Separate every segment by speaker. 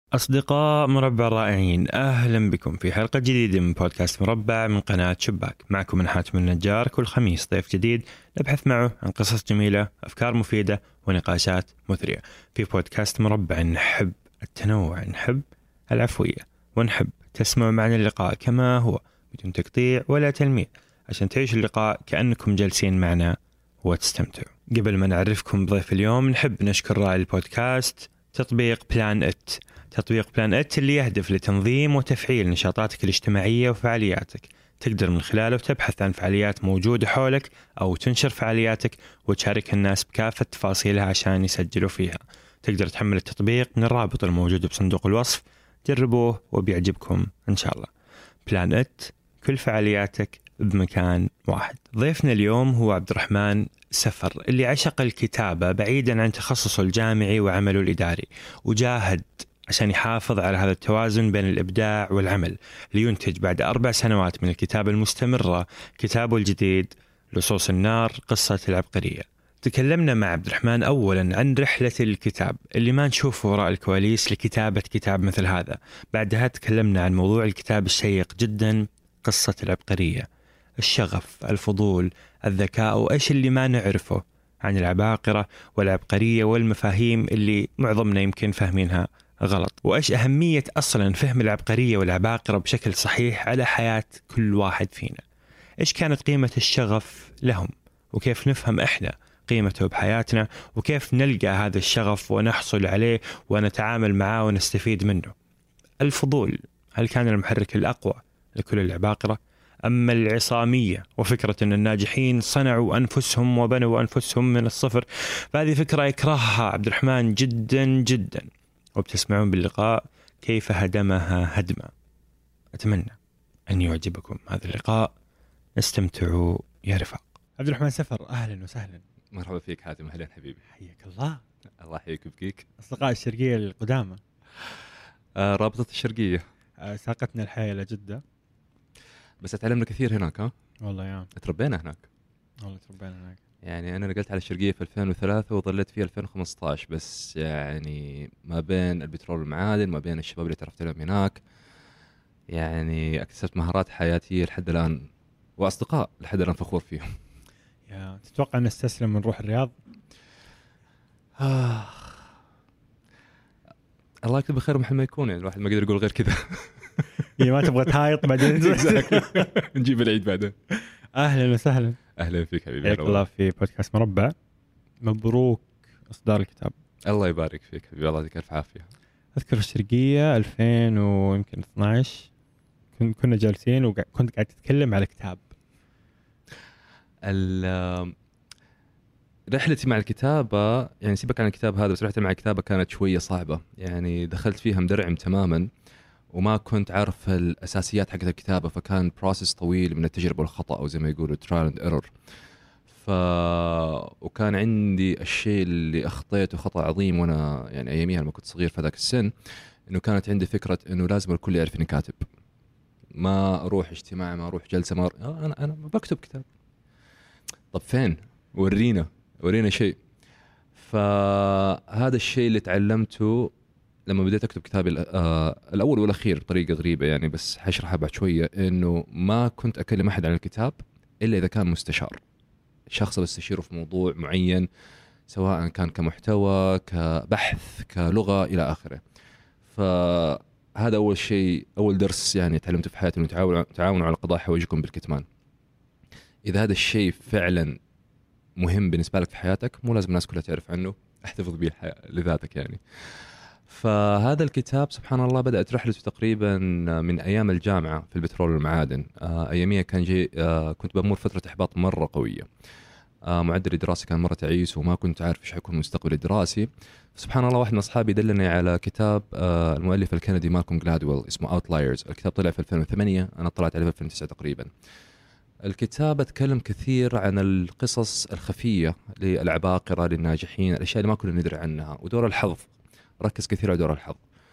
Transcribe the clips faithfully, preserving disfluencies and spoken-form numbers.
Speaker 1: أصدقاء مربع الرائعين، أهلا بكم في حلقة جديدة من بودكاست مربع من قناة شباك. معكم من حاتم النجار، كل خميس ضيف جديد نبحث معه عن قصص جميلة، أفكار مفيدة ونقاشات مثرية. في بودكاست مربع نحب التنوع، نحب العفوية، ونحب تسمعوا معنا اللقاء كما هو بدون تقطيع ولا تلميع، عشان تعيش اللقاء كأنكم جالسين معنا وتستمتعوا. قبل ما نعرفكم بضيف اليوم، نحب نشكر راعي البودكاست تطبيق بلان إت. تطبيق بلان إت اللي يهدف لتنظيم وتفعيل نشاطاتك الاجتماعية وفعالياتك. تقدر من خلاله تبحث عن فعاليات موجودة حولك أو تنشر فعالياتك وتشارك الناس بكافة تفاصيلها عشان يسجلوا فيها. تقدر تحمل التطبيق من الرابط الموجود بصندوق الوصف. جربوه وبيعجبكم إن شاء الله. بلان إت، كل فعالياتك بمكان واحد. ضيفنا اليوم هو عبد الرحمن سفر، اللي عشق الكتابة بعيدا عن تخصصه الجامعي وعمله الإداري، وجاهد عشان يحافظ على هذا التوازن بين الإبداع والعمل، لينتج بعد أربع سنوات من الكتابة المستمرة كتابه الجديد لصوص النار، قصة العبقرية. تكلمنا مع عبد الرحمن أولا عن رحلة الكتاب اللي ما نشوفه وراء الكواليس لكتابة كتاب مثل هذا. بعدها تكلمنا عن موضوع الكتاب الشيق جدا، قصة العبقرية، الشغف، الفضول، الذكاء، وإيش اللي ما نعرفه عن العباقرة والعبقرية والمفاهيم اللي معظمنا يمكن فاهمينها غلط، وإيش أهمية أصلا فهم العبقرية والعباقرة بشكل صحيح على حياة كل واحد فينا. إيش كانت قيمة الشغف لهم، وكيف نفهم إحنا قيمته بحياتنا، وكيف نلقى هذا الشغف ونحصل عليه ونتعامل معاه ونستفيد منه. الفضول، هل كان المحرك الأقوى لكل العباقرة، أما العصامية وفكرة أن الناجحين صنعوا أنفسهم وبنوا أنفسهم من الصفر؟ فهذه فكرة يكرهها عبد الرحمن جدا جدا، وبتسمعون باللقاء كيف هدمها هدمة. أتمنى أن يعجبكم هذا اللقاء، استمتعوا يا رفاق. عبد الرحمن سفر، أهلا وسهلا.
Speaker 2: مرحبا فيك حاتم، أهلا حبيبي.
Speaker 1: حياك الله.
Speaker 2: الله يحييك ويبقيك.
Speaker 1: أصدقاء الشرقية القدامى.
Speaker 2: آه رابطة الشرقية.
Speaker 1: آه ساقتنا الحياة إلى جدة،
Speaker 2: بس اتعلمنا كثير هناك. ها
Speaker 1: والله يا
Speaker 2: تربينا هناك.
Speaker 1: والله تربينا هناك.
Speaker 2: يعني أنا نقلت على الشرقية في ألفين وثلاثة وظليت فيها ألفين وخمسة عشر، بس يعني ما بين البترول والمعادن، ما بين الشباب اللي تعرفت لهم هناك، يعني اكتسبت مهارات حياتية لحد الآن، وأصدقاء لحد الآن فخور فيهم.
Speaker 1: يا تتوقع نستسلم ونروح الرياض؟
Speaker 2: آه. الله يكتب بخير محل ما يكون، يعني الواحد ما يقدر يقول غير كذا.
Speaker 1: هي ما تبغى تهايط بعدين
Speaker 2: نجيب العيد بعدين.
Speaker 1: أهلا وسهلا.
Speaker 2: أهلا فيك حبيبي.
Speaker 1: حياك الله في بودكاست مربع. مبروك إصدار الكتاب.
Speaker 2: الله يبارك فيك حبيبي، الله يديك ألف عافية.
Speaker 1: أذكر الشرقية ألفين ويمكن اثناشر كنا جالسين وكنت قاعد تتكلم على كتاب.
Speaker 2: رحلتي مع الكتابة، يعني سيبك عن الكتاب هذا، بس رحلتي مع الكتابة كانت شوية صعبة. يعني دخلت فيها مدرعم تماما، وما كنت عارف الأساسيات حقت الكتابة، فكان بروسيس طويل من التجربة والخطأ، أو زي ما يقولوا trial and error. ف... وكان عندي الشيء اللي أخطيته خطأ عظيم، وأنا يعني أياميها لما كنت صغير في ذاك السن، إنه كانت عندي فكرة إنه لازم الكل يعرف إني كاتب. ما أروح اجتماع، ما أروح جلسة، ما أروح... أنا أنا بكتب كتاب. طب فين؟ ورينا ورينا شيء. فهذا الشيء اللي تعلمته لما بديت أكتب كتابي الأول والأخير بطريقة غريبة، يعني بس حشرحها بعد شوية، إنه ما كنت أكلم أحد عن الكتاب إلا إذا كان مستشار، شخص بستشيره في موضوع معين، سواء كان كمحتوى، كبحث، كلغة، إلى آخره. فهذا أول شيء، أول درس يعني تعلمته في حياتي، إنه تعاونوا على قضاء حوائجكم بالكتمان. إذا هذا الشيء فعلا مهم بالنسبة لك في حياتك، مو لازم الناس كلها تعرف عنه، احتفظ به لذاتك يعني. فهذا الكتاب سبحان الله بدأت رحلته تقريبا من أيام الجامعة في البترول والمعادن. آه أياميها كان جي آه كنت بمر فترة إحباط مرة قوية. آه معدل الدراسي كان مرة تعيس، وما كنت عارف إيش حيكون مستقبل الدراسي. سبحان الله واحد من أصحابي دلني على كتاب آه المؤلف الكندي مالكوم جلادويل اسمه Outliers. الكتاب طلع في ألفين وثمانية، أنا طلعت عليه في ألفين وتسعة تقريبا. الكتاب اتكلم كثير عن القصص الخفية للعباقرة، للناجحين، الأشياء اللي ما كنا ندري عنها، ودور الحظ. ركز كثير على دور الحظ.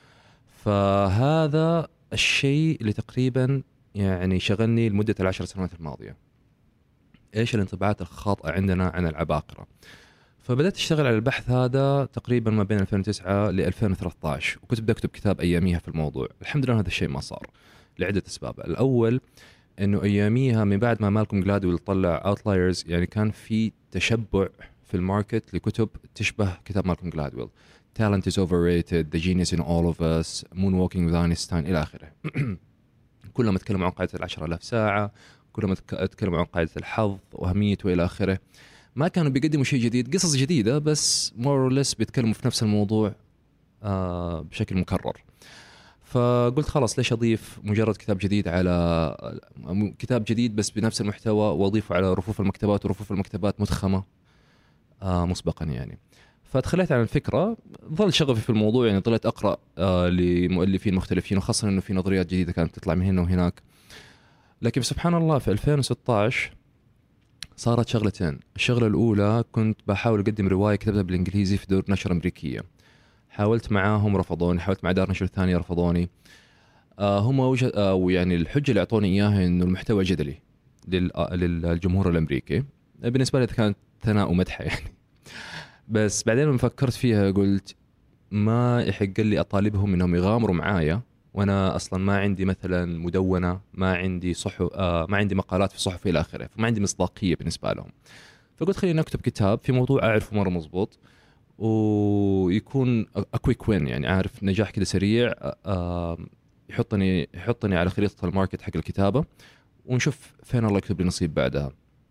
Speaker 2: فهذا الشيء اللي تقريبا يعني شغلني لمدة العشر سنوات الماضية. إيش الانطباعات الخاطئة عندنا عن العباقرة؟ فبدأت أشتغل على البحث هذا تقريبا ما بين ألفين وتسعة ل ألفين وثلاثة عشر، وكنت بدي أكتب كتاب أياميها في الموضوع. الحمد لله هذا الشيء ما صار لعدة أسباب. الأول إنه أياميها من بعد ما مالكوم جلادويل طلع Outliers، يعني كان في تشبع في الماركت لكتب تشبه كتاب مالكوم جلادويل. Talent is overrated, The Genius in All of Us, Moonwalking with Einstein إلى آخره. كلهم تكلموا عن قاعدة العشرة آلاف ساعة، كلهم تكلموا عن قاعدة الحظ وأهميته إلى آخره. ما كانوا بيقدموا شيء جديد، قصص جديدة، بس more or less بيتكلموا في نفس الموضوع آه بشكل مكرر. فقلت خلاص ليش أضيف مجرد كتاب جديد على كتاب جديد بس بنفس المحتوى، وأضيفه على رفوف المكتبات، ورفوف المكتبات متخمة آه مسبقا يعني. فتخليت عن الفكرة، ظل شغفي في الموضوع، يعني طلعت أقرأ آه لمؤلفين مختلفين، وخاصة إنه في نظريات جديدة كانت تطلع من هنا وهناك. لكن سبحان الله في ألفين وستة عشر صارت شغلتين. الشغلة الأولى كنت بحاول أقدم رواية كتبتها بالإنجليزي في دور نشر أمريكية، حاولت معاهم رفضوني، حاولت مع دار نشر ثانية رفضوني. آه هم وجه آه ويعني الحجة اللي أعطوني إياها إنه المحتوى جدلي للجمهور الأمريكي. بالنسبة لي كانت ثناء ومدح يعني. بس بعدين لما فكرت فيها قلت ما يحق لي أطالبهم إنهم يغامروا معايا، وأنا أصلاً ما عندي مثلاً مدونة، ما عندي صحف آه ما عندي مقالات في صحف إلى آخره، فما عندي مصداقية بالنسبة لهم. فقلت خليني أكتب كتاب في موضوع أعرفه مرة مزبوط، ويكون أكويك وين، يعني عارف نجاح كده سريع، آه يحطني يحطني على خريطة الماركت حق الكتابة، ونشوف فين الله يكتب لي نصيب بعدها.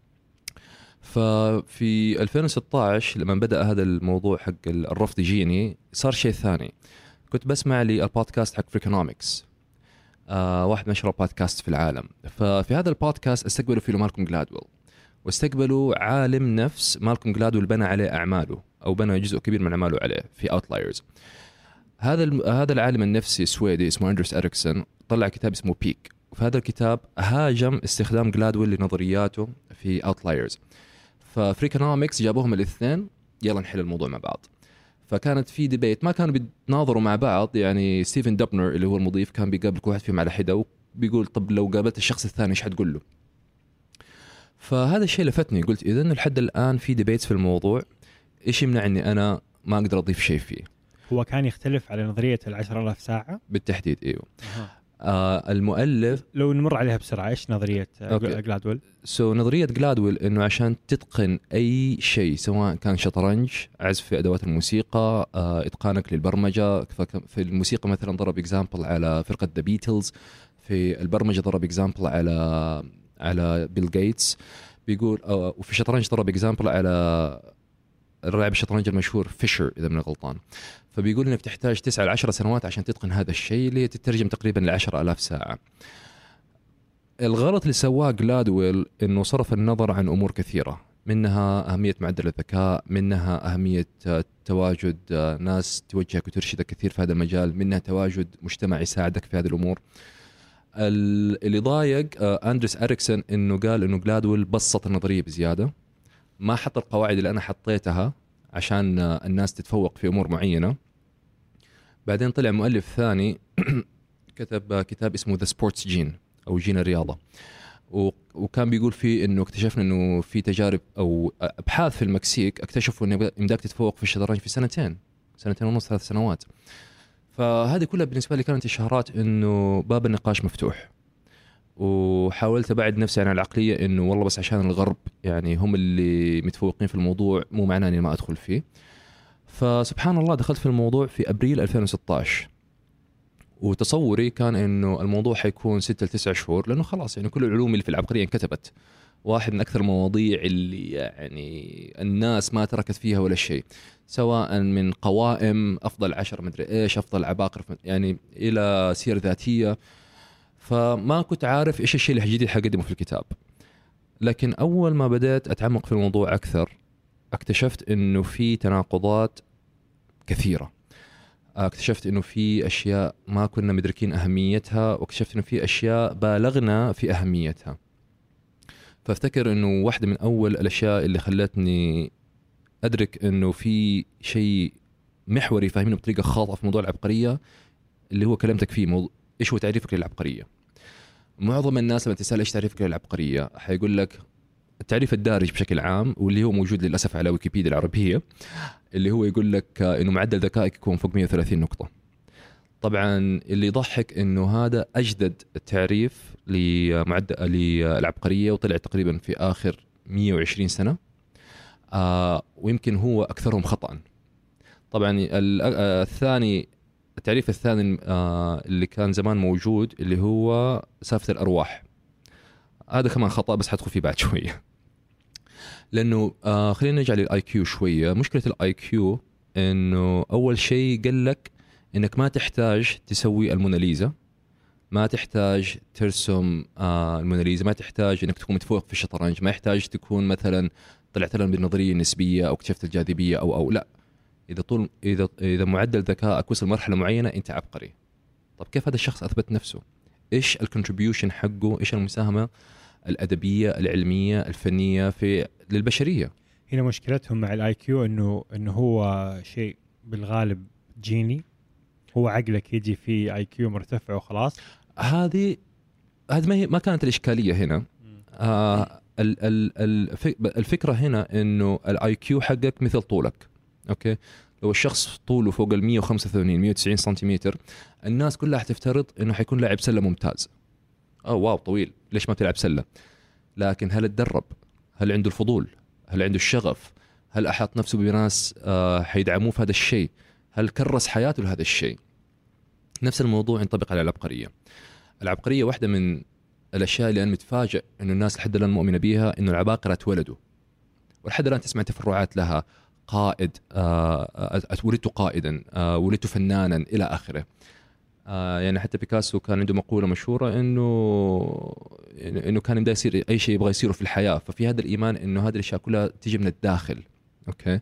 Speaker 2: ففي ألفين وستة عشر لما بدأ هذا الموضوع حق الرفض يجيني، صار شيء ثاني. كنت بسمع لي البودكاست حق فريكونومكس، آه واحد من أشهر بودكاست في العالم. ففي هذا البودكاست استقبلوا فيه مالكوم جلادويل، واستقبلوا عالم نفس مالكوم جلادويل بنى عليه أعماله، أو بنى جزء كبير من أعماله عليه في Outliers. هذا هذا العالم النفسي السويدي اسمه أندرس إريكسون طلع كتاب اسمه بيك، وفي هذا الكتاب هاجم استخدام جلادويل لنظرياته في Outliers. ففريكونومكس جابوهم الاثنين، يلا نحل الموضوع مع بعض. فكانت في ديبيت، ما كانوا بيتناظروا مع بعض، يعني ستيفن دبنر اللي هو المضيف كان بيقابل كل واحد فيهم على حده، وبيقول طب لو قابلت الشخص الثاني ايش حتقول له. فهذا الشيء لفتني، قلت اذا لحد الان في ديبيتس في الموضوع، ايش يمنع اني انا ما اقدر اضيف شيء فيه.
Speaker 1: هو كان يختلف على نظريه العشرة آلاف ساعه
Speaker 2: بالتحديد. ايوه.
Speaker 1: أه.
Speaker 2: آه المؤلف
Speaker 1: لو نمر عليها بسرعه، ايش نظريه جلادويل؟
Speaker 2: سو so, نظريه جلادويل انه عشان تتقن اي شيء، سواء كان شطرنج، عزف في ادوات الموسيقى، آه اتقانك للبرمجه. في الموسيقى مثلا ضرب اكزامبل على فرقه ذا بيتلز، في البرمجه ضرب اكزامبل على على بيل جيتس بيقول، آه وفي الشطرنج ضرب اكزامبل على اللاعب الشطرنج المشهور فيشر اذا من غلطان. فبيقول انك تحتاج تسعة لعشرة سنوات عشان تتقن هذا الشيء، اللي تترجم تقريبا لعشرة آلاف ساعه. الغلط اللي سواه جلادويل انه صرف النظر عن امور كثيره، منها اهميه معدل الذكاء، منها اهميه تواجد ناس توجهك وترشدك كثير في هذا المجال، منها تواجد مجتمع يساعدك في هذه الامور. اللي ضايق أندرس إريكسون انه قال انه جلادويل بسط النظريه بزياده، ما حط القواعد اللي انا حطيتها عشان الناس تتفوق في امور معينه. بعدين طلع مؤلف ثاني كتب كتاب اسمه ذا سبورتس جين او جين الرياضه، وكان بيقول فيه انه اكتشفنا انه في تجارب او ابحاث في المكسيك اكتشفوا انه يمداك تتفوق في الشطرنج في سنتين سنتين ونص ثلاث سنوات. فهذه كلها بالنسبه لي كانت اشارات انه باب النقاش مفتوح. وحاولت ابعد نفسي عن العقليه انه والله بس عشان الغرب يعني هم اللي متفوقين في الموضوع مو معناه اني ما ادخل فيه. فسبحان الله دخلت في الموضوع في ابريل ألفين وستة عشر، وتصوري كان انه الموضوع حيكون ستة لتسعة شهور، لانه خلاص يعني كل العلوم اللي في العبقريه انكتبت. واحد من اكثر المواضيع اللي يعني الناس ما تركت فيها ولا شيء، سواء من قوائم افضل عشر مدري ايش، افضل عباقرة يعني، الى سير ذاتيه. فما كنت عارف ايش الشيء اللي جديد حقدمه في الكتاب. لكن اول ما بدأت اتعمق في الموضوع اكثر، اكتشفت انه في تناقضات كثيره، اكتشفت انه في اشياء ما كنا مدركين اهميتها، واكتشفت انه في اشياء بالغنا في اهميتها. فافتكر انه واحده من اول الاشياء اللي خلتني ادرك انه في شيء محوري فاهمينه بطريقه خاطئه في موضوع العبقريه، اللي هو كلمتك فيه، موضوع ايش هو تعريفك للعبقريه. معظم الناس لما تسال ايش تعريفك للعبقريه حيقول لك التعريف الدارج بشكل عام واللي هو موجود للأسف على ويكيبيديا العربية، اللي هو يقول لك إنه معدل ذكائك يكون فوق مئة وثلاثين نقطة. طبعا اللي يضحك إنه هذا أجدد تعريف لمعدل للعبقرية وطلع تقريبا في آخر مئة وعشرين سنة، آه ويمكن هو أكثرهم خطأ. طبعا الثاني التعريف الثاني آه اللي كان زمان موجود اللي هو سالفة الأرواح، هذا كمان خطأ بس حدخل فيه بعد شوية. لأنه آه خلينا نرجع للآي كيو شوية. مشكلة الآي كيو إنه أول شيء قال لك إنك ما تحتاج تسوي الموناليزا، ما تحتاج ترسم آه الموناليزا، ما تحتاج إنك تكون متفوق في الشطرنج، ما يحتاج تكون مثلا طلعت لنا بالنظرية النسبية أو اكتشفت الجاذبية أو أو لا. إذا طول إذا إذا معدل ذكائك وصل مرحلة معينة أنت عبقري. طب كيف هذا الشخص أثبت نفسه؟ إيش الكونتريبيوشن حقه؟ إيش المساهمة الأدبية العلمية الفنية في للبشرية؟
Speaker 1: هنا مشكلتهم مع الاي كيو انه انه هو شيء بالغالب جيني، هو عقلك يجي في اي كيو مرتفع وخلاص.
Speaker 2: هذه هذه ما هي ما كانت الإشكالية هنا. آه ال ال الفكرة هنا إنه الاي كيو حقك مثل طولك. أوكي، لو الشخص طوله فوق ال مئة وخمسة وثمانين مئة وتسعين سنتيمتر، الناس كلها حتفترض إنه حيكون لاعب سلة ممتاز. أو واو طويل، ليش ما بتلعب سلة؟ لكن هل اتدرب؟ هل عنده الفضول؟ هل عنده الشغف؟ هل أحاط نفسه بناس آه حيدعموه في هذا الشيء؟ هل كرس حياته لهذا الشيء؟ نفس الموضوع ينطبق على العبقرية. العبقرية واحدة من الأشياء اللي أنا متفاجئ إنه الناس لحد الآن مؤمنة بيها، إنه العباقرة اتولدوا، ولحد الآن تسمع تفرعات لها. قائد، آه ولدت قائدا، آه ولدت فنانا، إلى آخره. آه يعني حتى بيكاسو كان عنده مقولة مشهورة إنه إنه كان يبدأ يصير أي شيء يبغى يصيره في الحياة. ففي هذا الإيمان إنه هذه الأشياء كلها تيجي من الداخل. أوكي،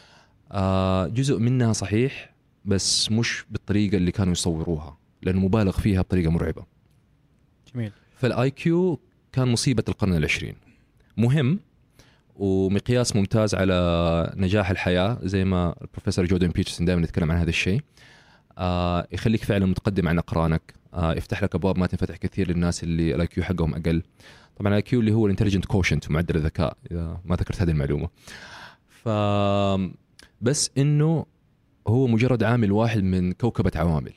Speaker 2: آه جزء منها صحيح بس مش بالطريقة اللي كانوا يصوروها، لأنه مبالغ فيها بطريقة مرعبة.
Speaker 1: جميل.
Speaker 2: فالآي كيو كان مصيبة القرن العشرين، مهم ومقياس ممتاز على نجاح الحياة، زي ما البروفيسور جوردن بيترسون دائما يتكلم عن هذا الشيء. آه يخليك فعلا متقدم عن أقرانك، آه يفتح لك أبواب ما تنفتح كثير للناس اللي الاي كيو حقهم أقل. طبعا الاي كيو اللي هو الانتليجنت كوشنت، معدل الذكاء، إذا ما ذكرت هذه المعلومة. ف بس إنه هو مجرد عامل واحد من كوكبة عوامل.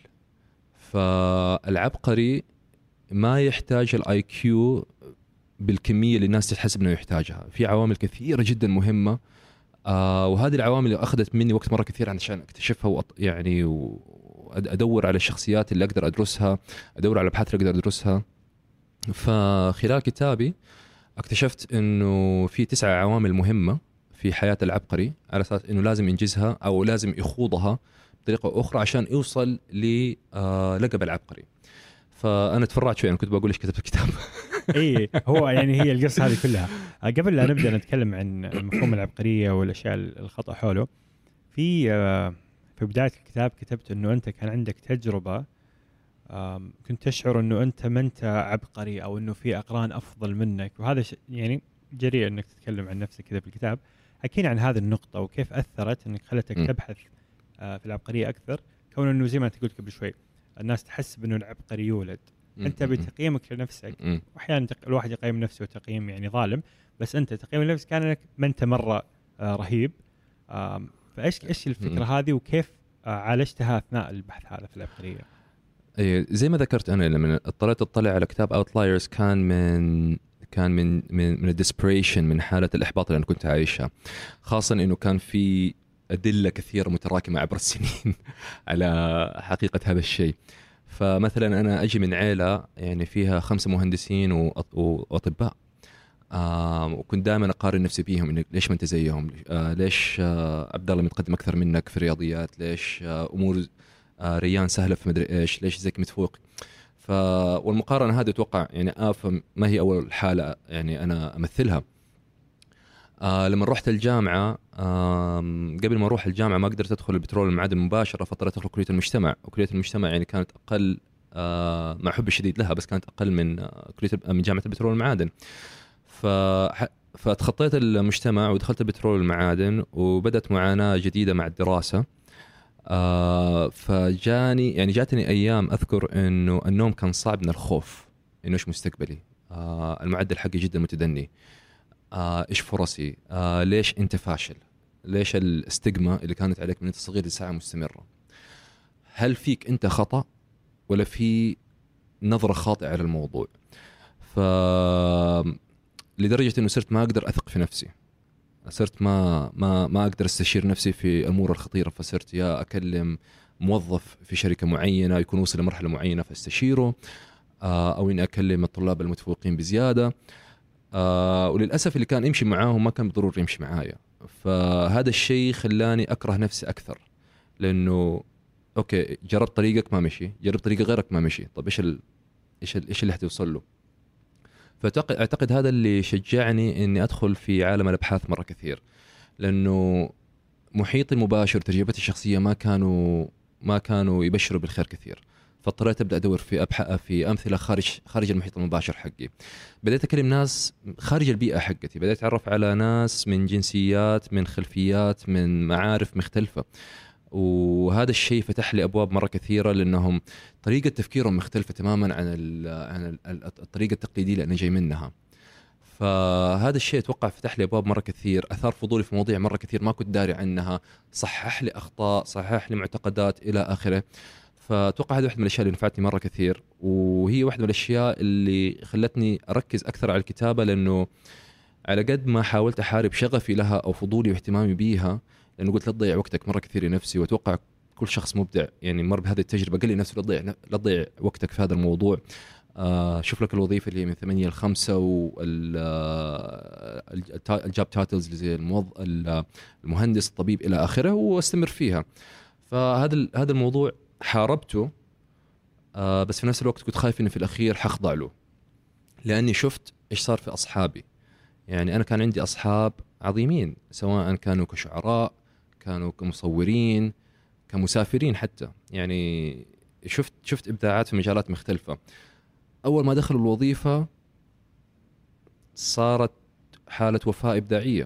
Speaker 2: فالعبقري ما يحتاج الاي كيو بالكمية اللي الناس تحسب انه يحتاجها. في عوامل كثيرة جدا مهمة، آه وهذه العوامل اللي اخذت مني وقت مرة كثير عشان اكتشفها وأط... يعني وادور على الشخصيات اللي اقدر ادرسها، ادور على الابحاث اللي اقدر ادرسها. فخلال كتابي اكتشفت انه في تسعة عوامل مهمة في حياة العبقري، على اساس انه لازم ينجزها او لازم يخوضها بطريقة اخرى عشان يوصل للقب العبقري. فانا تفرعت شوي، انا كنت بقول ايش كتبت الكتاب.
Speaker 1: اي هو يعني هي القصة هذه كلها. قبل لا نبدأ نتكلم عن مفهوم العبقرية والأشياء الخطأ حوله، في في بداية الكتاب كتبت إنه أنت كان عندك تجربة، كنت تشعر إنه أنت ما أنت عبقري أو إنه في أقران أفضل منك، وهذا يعني جريء إنك تتكلم عن نفسك كذا في الكتاب. حكينا عن هذه النقطة وكيف أثرت إنك خلتك م. تبحث في العبقرية أكثر، كون إنه زي ما أنت قلت قبل شوي الناس تحسب إنه العبقري يولد. أنت بتقييمك لنفسك، وأحيانا الواحد يقيم نفسه تقييم يعني ظالم، بس أنت تقييم لنفسك كان إنك ما أنت مرة رهيب. فإيش إيش الفكرة هذه وكيف عالجتها أثناء البحث هذا في العبقرية؟
Speaker 2: إيه زي ما ذكرت أنا لما اضطريت أطلع على كتاب Outliers، كان من كان من من من الديسبريشن، من حالة الإحباط اللي أنا كنت عايشها، خاصة إنه كان في أدلة كثيرة متراكمة عبر السنين على حقيقة هذا الشيء. فمثلا أنا أجي من عائلة يعني فيها خمسة مهندسين وأطباء، آه وكنت دائما أقارن نفسي بيهم، إنه ليش ما أنت زيهم؟ آه ليش آه عبد الله متقدم أكثر منك في الرياضيات؟ ليش آه أمور آه ريان سهلة في مدري إيش؟ ليش زيك متفوق؟ ف والمقارنة هذه أتوقع يعني آفة ما هي أول حالة يعني أنا أمثلها. آه لما رحت الجامعة، آه قبل ما أروح الجامعة ما قدرت أدخل البترول والمعادن مباشرة، فاضطريت أدخل كلية المجتمع، وكلية المجتمع يعني كانت أقل آه مع حب الشديد لها، بس كانت أقل من آه كلية من جامعة البترول والمعادن. ف فتخطيت المجتمع ودخلت البترول والمعادن، وبدأت معاناة جديدة مع الدراسة. آه فجاني يعني جاتني أيام أذكر إنه النوم كان صعب من الخوف إنه إيش مستقبلي. آه المعدل حقي جدا متدني. آه إيش فرصي، آه ليش أنت فاشل، ليش الاستجمة اللي كانت عليك من أنت صغير لساعة مستمرة، هل فيك أنت خطأ ولا في نظرة خاطئة على الموضوع. ف لدرجة إنه صرت ما أقدر أثق في نفسي، صرت ما ما ما أقدر استشير نفسي في أمور الخطيرة، فصرت يا أكلم موظف في شركة معينة يكون وصل لمرحلة معينة فاستشيره، أو إني أكلم الطلاب المتفوقين بزيادة، وللأسف اللي كان يمشي معاهم ما كان بالضرورة يمشي معايا. فهذا الشيء خلاني أكره نفسي أكثر، لأنه أوكي جربت طريقك ما مشي، جربت طريقة غيرك ما مشي، طب إيش ال... إيش ال... إيش اللي حتوصل له؟ فأعتقد أعتقد هذا اللي شجعني إني أدخل في عالم الأبحاث مرة كثير، لأنه محيطي المباشر تجربتي الشخصية ما كانوا ما كانوا يبشروا بالخير كثير، فاضطريت أبدأ أدور في أبحث في أمثلة خارج خارج المحيط المباشر حقي. بدأت أكلم ناس خارج البيئة حقتي، بدأت أتعرف على ناس من جنسيات، من خلفيات، من معارف مختلفة، وهذا الشيء فتح لي أبواب مرة كثيرة، لأنهم طريقة تفكيرهم مختلفة تماماً عن عن الطريقة التقليدية اللي أنا جاي منها. فهذا الشيء أتوقع فتح لي أبواب مرة كثير، أثار فضولي في مواضيع مرة كثير ما كنت داري عنها، صحح لي أخطاء، صحح لي معتقدات إلى آخره. فأتوقع هذه واحدة من الأشياء اللي نفعتني مرة كثير، وهي واحدة من الأشياء اللي خلتني أركز أكثر على الكتابة، لأنه على قد ما حاولت أحارب شغفي لها أو فضولي واهتمامي بيها، لأنه قلت لا تضيع وقتك مرة كثير لنفسي، وأتوقع كل شخص مبدع يعني مر بهذه التجربة قال لي نفسه لا تضيع لا تضيع وقتك في هذا الموضوع. آه شوف لك الوظيفة اللي من ثمانية لخمسة والجاب تايتلز اللي زي الموظف المهندس الطبيب إلى آخره، واستمر فيها. فهذا هذا الموضوع حاربته، آه بس في نفس الوقت كنت خايف إني في الأخير حخضع له، لأني شفت إيش صار في أصحابي. يعني أنا كان عندي أصحاب عظيمين، سواء كانوا كشعراء، كانوا كمصورين، كمسافرين حتى، يعني شفت شفت إبداعات في مجالات مختلفة. أول ما دخلوا الوظيفة صارت حالة وفاة إبداعية،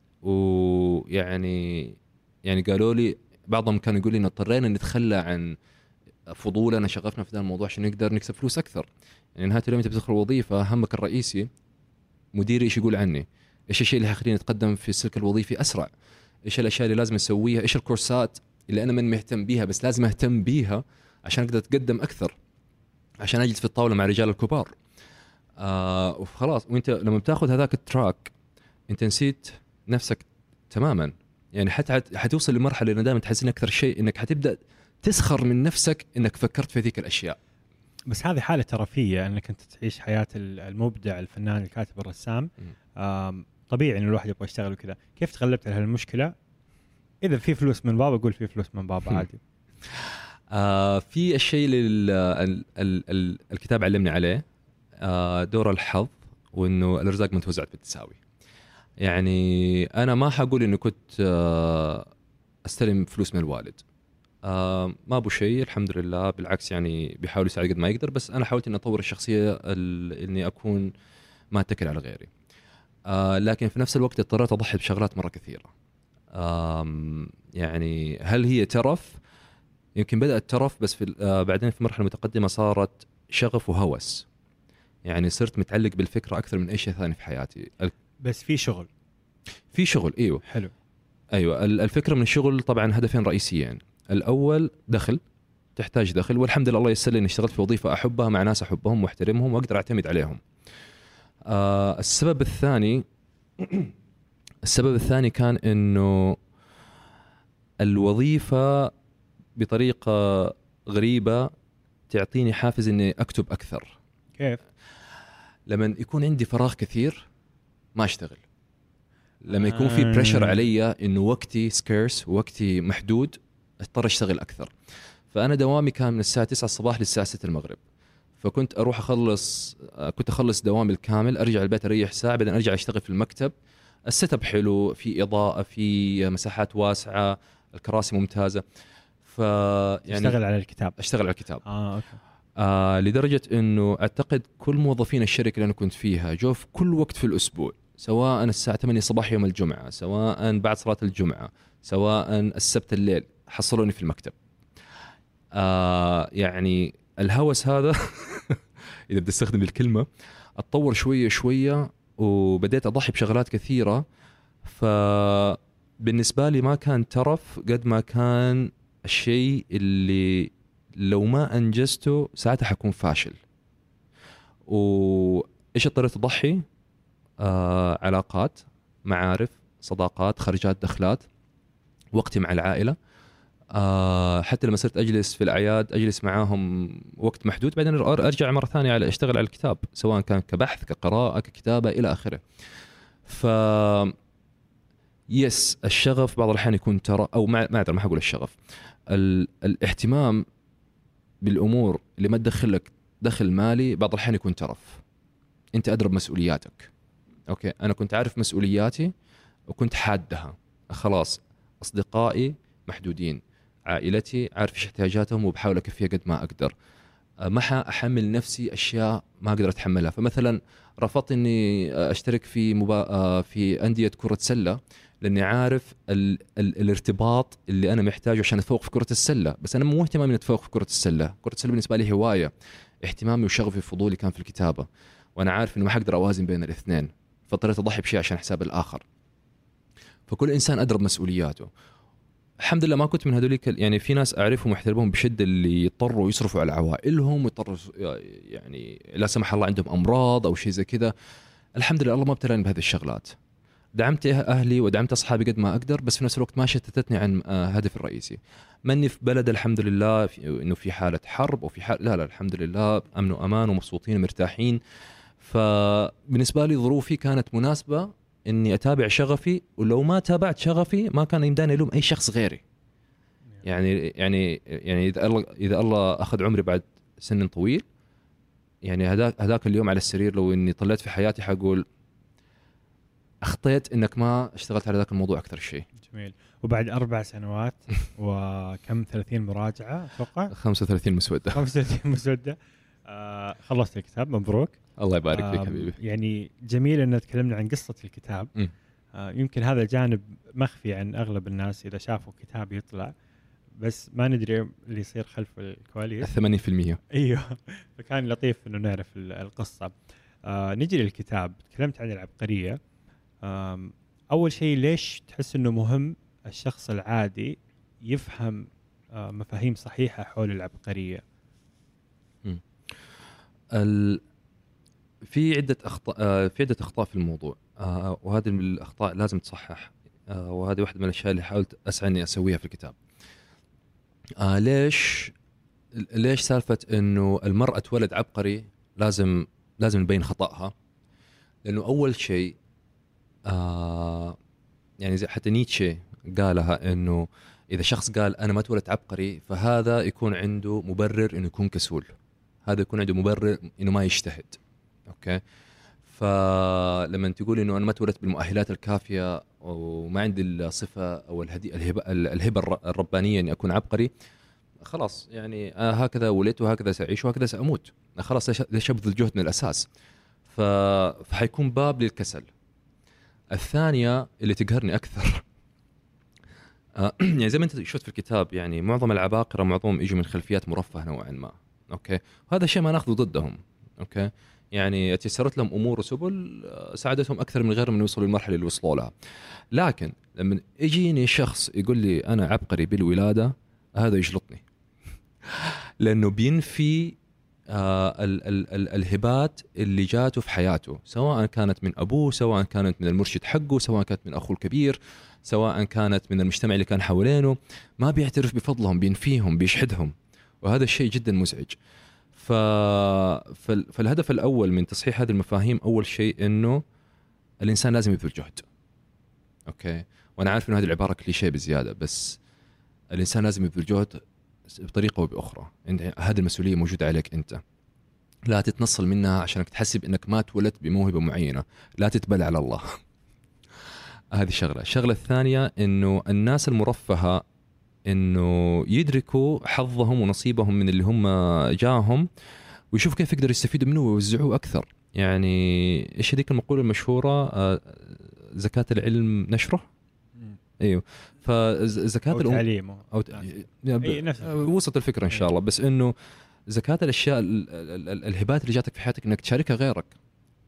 Speaker 2: ويعني يعني قالوا لي بعضهم كانوا يقول لي إن اضطرينا نتخلى عن فضولنا شغفنا في هذا الموضوع عشان نقدر نكسب فلوس أكثر. يعني نهاية اليوم أنت بتدخل وظيفة همك الرئيسي مديري إيش يقول عني، إيش الشيء اللي هيخليني أتقدم في السلك الوظيفي أسرع، إيش الأشياء اللي لازم أسويها، إيش الكورسات اللي أنا من مهتم بيها بس لازم أهتم بيها عشان أقدر أتقدم أكثر، عشان أجلس في الطاولة مع رجال الكبار. آه وخلاص، وأنت لما بتاخذ هذاك التراك أنت نسيت نفسك تماما. يعني حتى حتوصل لمرحلة إن دائما تحس إن أكثر شيء إنك حتبدأ تسخر من نفسك إنك فكرت في ذيك الأشياء.
Speaker 1: بس هذه حالة ترفيهية أنك أنت تعيش حياة المبدع الفنان الكاتب الرسام. طبيعي إن الواحد يبغى يشتغل وكذا. كيف تغلبت على هالمشكلة؟ إذا في فلوس من بابا أقول في فلوس من بابا عادي.
Speaker 2: آه في الشيء اللي الكتاب علمني عليه، آه دور الحظ، وإنه الأرزاق ما توزعت بالتساوي. يعني أنا ما حقول إنه كنت آه أستلم فلوس من الوالد، آه ما أبو شيء الحمد لله، بالعكس يعني بيحاول يساعد قد ما يقدر، بس أنا حاولت إني أطور الشخصية إني أكون ما أتكل على غيري. آه لكن في نفس الوقت اضطريت أضحي بشغلات مرة كثيرة. آه يعني هل هي ترف؟ يمكن بدأت ترف، بس في آه بعدين في مرحلة متقدمة صارت شغف وهوس. يعني صرت متعلق بالفكرة أكثر من أي شيء ثاني في حياتي.
Speaker 1: بس في شغل
Speaker 2: في شغل أيوه
Speaker 1: حلو.
Speaker 2: أيوه الفكرة من الشغل طبعا هدفين رئيسيين. الأول دخل، تحتاج دخل، والحمد لله الله يسر لي إني اشتغلت في وظيفة أحبها مع ناس أحبهم واحترمهم وأقدر أعتمد عليهم. آه السبب الثاني السبب الثاني كان إنه الوظيفة بطريقة غريبة تعطيني حافز إني أكتب أكثر.
Speaker 1: كيف؟
Speaker 2: لما يكون عندي فراغ كثير ما أشتغل، لما يكون في بريشر علي إنه وقتي سكيرس، وقتي محدود، اضطر أشتغل أكثر. فأنا دوامي كان من الساعة تسعة الصباح للساعة ستة المغرب، فكنت أروح أخلص كنت أخلص دوامي الكامل، أرجع البيت أريح ساعة، بعدين أرجع أشتغل في المكتب. السيت اب حلو، في إضاءة، في مساحات واسعة، الكراسي ممتازة. ف
Speaker 1: يعني أشتغل على الكتاب
Speaker 2: أشتغل على الكتاب
Speaker 1: آه، أوكي.
Speaker 2: آه لدرجة إنه أعتقد كل موظفين الشركة اللي أنا كنت فيها جو في كل وقت في الأسبوع، سواء الساعة ثمانية صباح يوم الجمعة، سواء بعد صلاة الجمعة، سواء السبت الليل، حصلوني في المكتب. آه يعني الهوس هذا إذا بدي استخدم الكلمة، أتطور شوية شوية وبديت اضحي بشغلات كثيره. فبالنسبه لي ما كان ترف قد ما كان الشيء اللي لو ما انجزته ساعتها حكون فاشل. وايش اضطريت اضحي؟ آه علاقات، معارف، صداقات، خرجات، دخلات، وقتي مع العائله. آه حتى لما صرت اجلس في الاعياد اجلس معاهم وقت محدود، بعدين ارجع مره ثانيه على اشتغل على الكتاب، سواء كان كبحث، كقراءه، ككتابه، الى اخره. ف يس الشغف بعض الاحيان يكون ترى او ما ما ادري ما حقول الشغف، ال... الاهتمام بالامور اللي ما تدخل لك دخل مالي بعض الاحيان يكون ترف. انت ادرى بمسؤولياتك. اوكي انا كنت عارف مسؤولياتي وكنت حادها، خلاص اصدقائي محدودين، عائلتي عارف ايش احتياجاتهم وبحاول اكفيها قد ما اقدر. ما حاحمل نفسي اشياء ما اقدر اتحملها. فمثلا رفضت اني اشترك في مبا... في انديه كره سله لاني عارف ال... ال... الارتباط اللي انا محتاجه عشان اتفوق في كره السله، بس انا مو اهتمامي اني اتفوق في كره السله. كره السله بالنسبه لي هوايه، اهتمامي وشغفي وفضولي كان في الكتابه، وانا عارف انه ما حقدر اوازن بين الاثنين، فاضطريت اضحي بشيء عشان حساب الاخر. فكل انسان ادرى بمسؤولياته. الحمد لله ما كنت من هذوليك، يعني في ناس اعرفهم واحترمهم بشده اللي يضطروا يصرفوا على عوائلهم ويضطروا يعني لا سمح الله عندهم امراض او شيء زي كذا. الحمد لله الله ما ابتلاني بهذه الشغلات. دعمت اهلي ودعمت اصحابي قد ما اقدر، بس في نفس الوقت ما شتتتني عن هدفي الرئيسي. ماني في بلد الحمد لله في انه في حاله حرب او في حال، لا لا الحمد لله امن وامان ومبسوطين ومرتاحين. فبالنسبه لي ظروفي كانت مناسبه اني اتابع شغفي، ولو ما تابعت شغفي ما كان يمداني الوم اي شخص غيري. يعني يعني يعني اذا الله اذا الله اخذ عمري بعد سن طويل، يعني هذاك هذاك اليوم على السرير لو اني طلعت في حياتي حقول اخطيت انك ما اشتغلت على ذاك الموضوع اكثر شيء.
Speaker 1: جميل. وبعد اربع سنوات وكم ثلاثين مراجعه اتوقع
Speaker 2: خمسة وثلاثين مسوده
Speaker 1: خمسة وثلاثين مسوده آه خلصت الكتاب، مبروك.
Speaker 2: الله يبارك فيك حبيبي.
Speaker 1: يعني جميل ان تكلمنا عن قصه الكتاب. آه يمكن هذا الجانب مخفي عن اغلب الناس اذا شافوا كتاب يطلع، بس ما ندري اللي يصير خلف الكواليس.
Speaker 2: ثمانين بالمئة
Speaker 1: ايوه. فكان لطيف انه نعرف القصه. آه نجي للكتاب. تكلمت عن العبقريه. آه اول شيء ليش تحس انه مهم الشخص العادي يفهم آه مفاهيم صحيحه حول العبقريه؟
Speaker 2: ال... في عده اخطاء آه في عده اخطاء في الموضوع، آه وهذه من الاخطاء لازم تصحح، آه وهذه واحده من الاشياء اللي حاولت اسعى اني اسويها في الكتاب. آه ليش ليش سالفه انه المراه تولد عبقري لازم لازم نبين خطأها؟ لانه اول شيء آه يعني زي حتى نيتشه قالها، انه اذا شخص قال انا ما اتولدت عبقري فهذا يكون عنده مبرر انه يكون كسول، هذا يكون عنده مبرر انه ما يجتهد. اوكي فلما تقول انه انا ما اتولدت بالمؤهلات الكافيه وما عندي الصفه او الهدي الهبه الهبه الربانيه اني اكون عبقري، خلاص يعني آه هكذا ولدت وهكذا سأعيش وهكذا سأموت، خلاص ليش ابذل الجهد من الاساس؟ فحيكون باب للكسل. الثانيه اللي تقهرني اكثر آه يعني زي ما انت شفت في الكتاب، يعني معظم العباقره معظمهم يجوا من خلفيات مرفهه نوعا ما. اوكي وهذا الشيء ما ناخذه ضدهم. اوكي يعني تيسرت لهم امور وسبل ساعدتهم اكثر من غيرهم انه يوصلوا للمرحله اللي وصلوا لها. لكن لما يجيني شخص يقول لي انا عبقري بالولاده، هذا يجلطني لانه بينفي آه ال ال ال الهبات اللي جاته في حياته، سواء كانت من ابوه، سواء كانت من المرشد حقه، سواء كانت من اخوه الكبير، سواء كانت من المجتمع اللي كان حوالينه. ما بيعترف بفضلهم، بينفيهم، بيشحدهم، وهذا الشيء جدا مزعج. ف... فالهدف الأول من تصحيح هذه المفاهيم أول شيء إنه الإنسان لازم يبذل جهد. أوكي وأنا عارف إنه هذه العبارة كليشيه بزيادة، بس الإنسان لازم يبذل جهد بطريقة أو بأخرى. هذه المسؤولية موجودة عليك أنت، لا تتنصل منها عشانك تحسب إنك ما تولدت بموهبة معينة، لا تتبل على الله. هذه شغلة. الشغلة الثانية إنه الناس المرفهة إنه يدركوا حظهم ونصيبهم من اللي هم جاهم، ويشوف كيف يقدر يستفيدوا منه ويوزعوه أكثر. يعني إيش هذيك المقولة المشهورة، زكاة العلم نشره. أيوه فزكاة
Speaker 1: الأم تعليمه
Speaker 2: أو ت... وصلت الفكرة إن شاء الله. بس إنه زكاة الأشياء الهبات اللي جاتك في حياتك إنك تشاركها غيرك،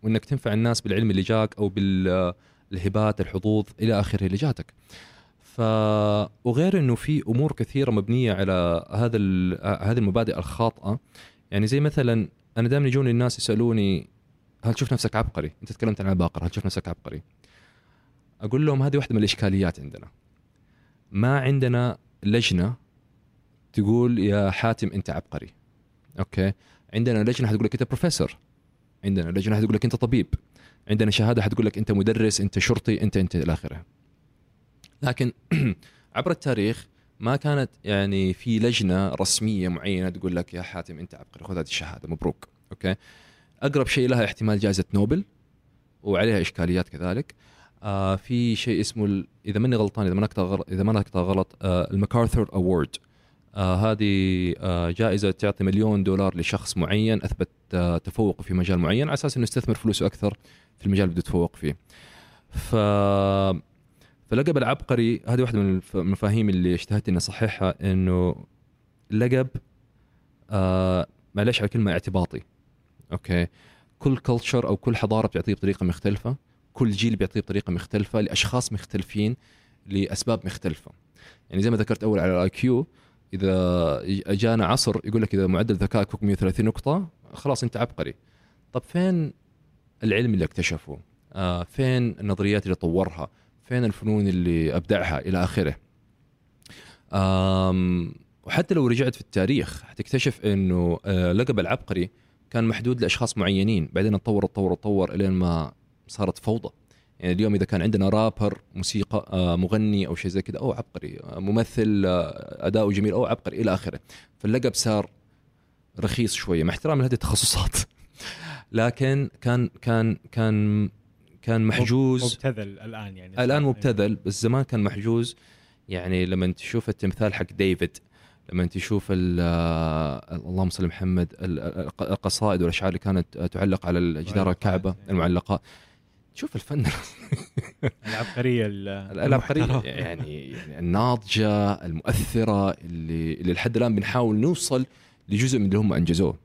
Speaker 2: وانك تنفع الناس بالعلم اللي جاك او بالهبات الحظوظ الى اخره اللي جاتك. ف وغير انه في امور كثيره مبنيه على هذا هذه المبادئ الخاطئه. يعني زي مثلا انا دائما يجوني الناس يسالوني هل تشوف نفسك عبقري؟ انت تكلمت عن العباقرة، هل تشوف نفسك عبقري؟ اقول لهم هذه واحده من الاشكاليات عندنا. ما عندنا لجنه تقول يا حاتم انت عبقري. اوكي، عندنا لجنه حتقول لك انت بروفيسور، عندنا لجنه حتقول لك انت طبيب، عندنا شهاده حتقول لك انت مدرس، انت شرطي، انت انت الى اخره. لكن عبر التاريخ ما كانت يعني في لجنه رسميه معينه تقول لك يا حاتم انت عبقري خذ هذه الشهاده مبروك. اوكي، اقرب شيء لها احتمال جائزه نوبل وعليها اشكاليات كذلك. آه في شيء اسمه ال... اذا ماني غلطان اذا ما نكتب غلط اذا ما نكتب غلط آه الماكارثر اوورد. آه هذه آه جائزه تعطي مليون دولار لشخص معين اثبت آه تفوقه في مجال معين على اساس انه يستثمر فلوسه اكثر في المجال اللي بده يتفوق فيه. ف فلقب العبقري هذه واحده من المفاهيم اللي اجتهدت اني اصححها، انه اللقب آه معلش على كلمه اعتباطي. اوكي، كل كلتشر او كل حضاره بتعطيه بطريقه مختلفه، كل جيل بيعطيه بطريقه مختلفه لاشخاص مختلفين لاسباب مختلفه. يعني زي ما ذكرت اول على الاي كيو، اذا جانا عصر يقول لك اذا معدل ذكائك فوق مئة وثلاثين نقطه خلاص انت عبقري. طب فين العلم اللي اكتشفه؟ آه فين النظريات اللي طورها؟ فين الفنون اللي ابدعها الى اخره؟ آم وحتى لو رجعت في التاريخ حتكتشف انه آه لقب العبقري كان محدود لاشخاص معينين، بعدين تطور تطور تطور الين ما صارت فوضى. يعني اليوم اذا كان عندنا رابر، موسيقى، آه مغني او شيء زي كذا او عبقري، آه ممثل، آه اداؤه جميل او عبقري الى اخره، فاللقب صار رخيص شويه مع احترام لهذه التخصصات. لكن كان كان كان كان محجوز،
Speaker 1: مبتذل الان يعني
Speaker 2: الان مبتذل، بس زمان كان محجوز. يعني لما تشوف التمثال حق ديفيد، لما تشوف اللهم صل محمد القصائد والاشعار اللي كانت تعلق على الجدار الكعبه المعلقات، تشوف الفن
Speaker 1: العبقريه
Speaker 2: العبقريه يعني, يعني الناضجه المؤثره اللي اللي لحد الان بنحاول نوصل لجزء من اللي هم انجزوه.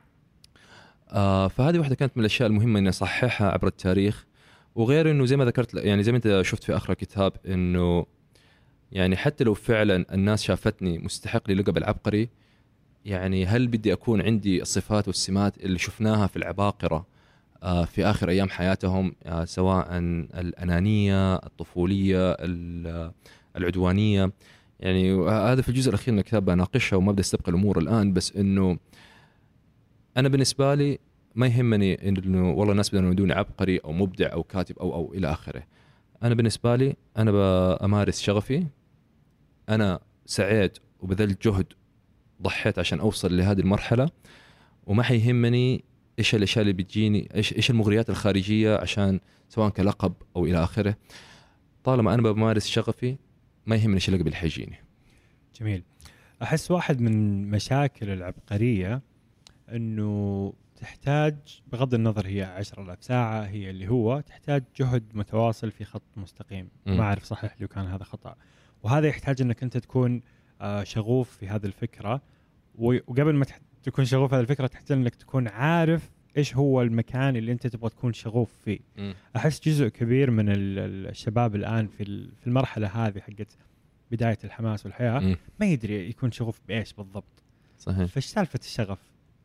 Speaker 2: آه فهذه واحده كانت من الاشياء المهمه اني اصححها عبر التاريخ. وغير انه زي ما ذكرت، يعني زي ما انت شفت في اخر الكتاب، انه يعني حتى لو فعلا الناس شافتني مستحق للقب العبقري، يعني هل بدي أكون عندي الصفات والسمات اللي شفناها في العباقرة في آخر أيام حياتهم، سواء الأنانية، الطفولية، العدوانية؟ يعني هذا في الجزء الأخير من الكتاب بناقشها وما بدي استبقى الأمور الآن، بس إنه أنا بالنسبة لي ما يهمني إنه والله الناس بدنا يدوني عبقري أو مبدع أو كاتب أو أو إلى آخره. أنا بالنسبة لي أنا بأمارس شغفي، أنا سعيت وبذلت جهد، ضحيت عشان أوصل لهذه المرحلة، وما حيهمني إيش الأشياء اللي بتجيني، إيش إيش المغريات الخارجية عشان سواء كلقب أو إلى آخره. طالما أنا بمارس شغفي ما يهمني إيش اللقب اللي حيجيني.
Speaker 1: جميل. أحس واحد من مشاكل العبقرية إنه تحتاج بغض النظر هي عشرة آلاف ساعة، هي اللي هو تحتاج جهد متواصل في خط مستقيم. ما أعرف صحيح لو كان هذا خطأ، وهذا يحتاج أنك أنت تكون شغوف في هذه الفكرة، وقبل ما تكون شغوف في هذه الفكرة تحتاج أنك تكون عارف إيش هو المكان اللي أنت تبغى تكون شغوف فيه. م. أحس جزء كبير من الشباب الآن في في المرحلة هذه حقت بداية الحماس والحياة م. ما يدري يكون شغوف بإيش بالضبط.
Speaker 2: صحيح.
Speaker 1: فايش سالفة الشغف؟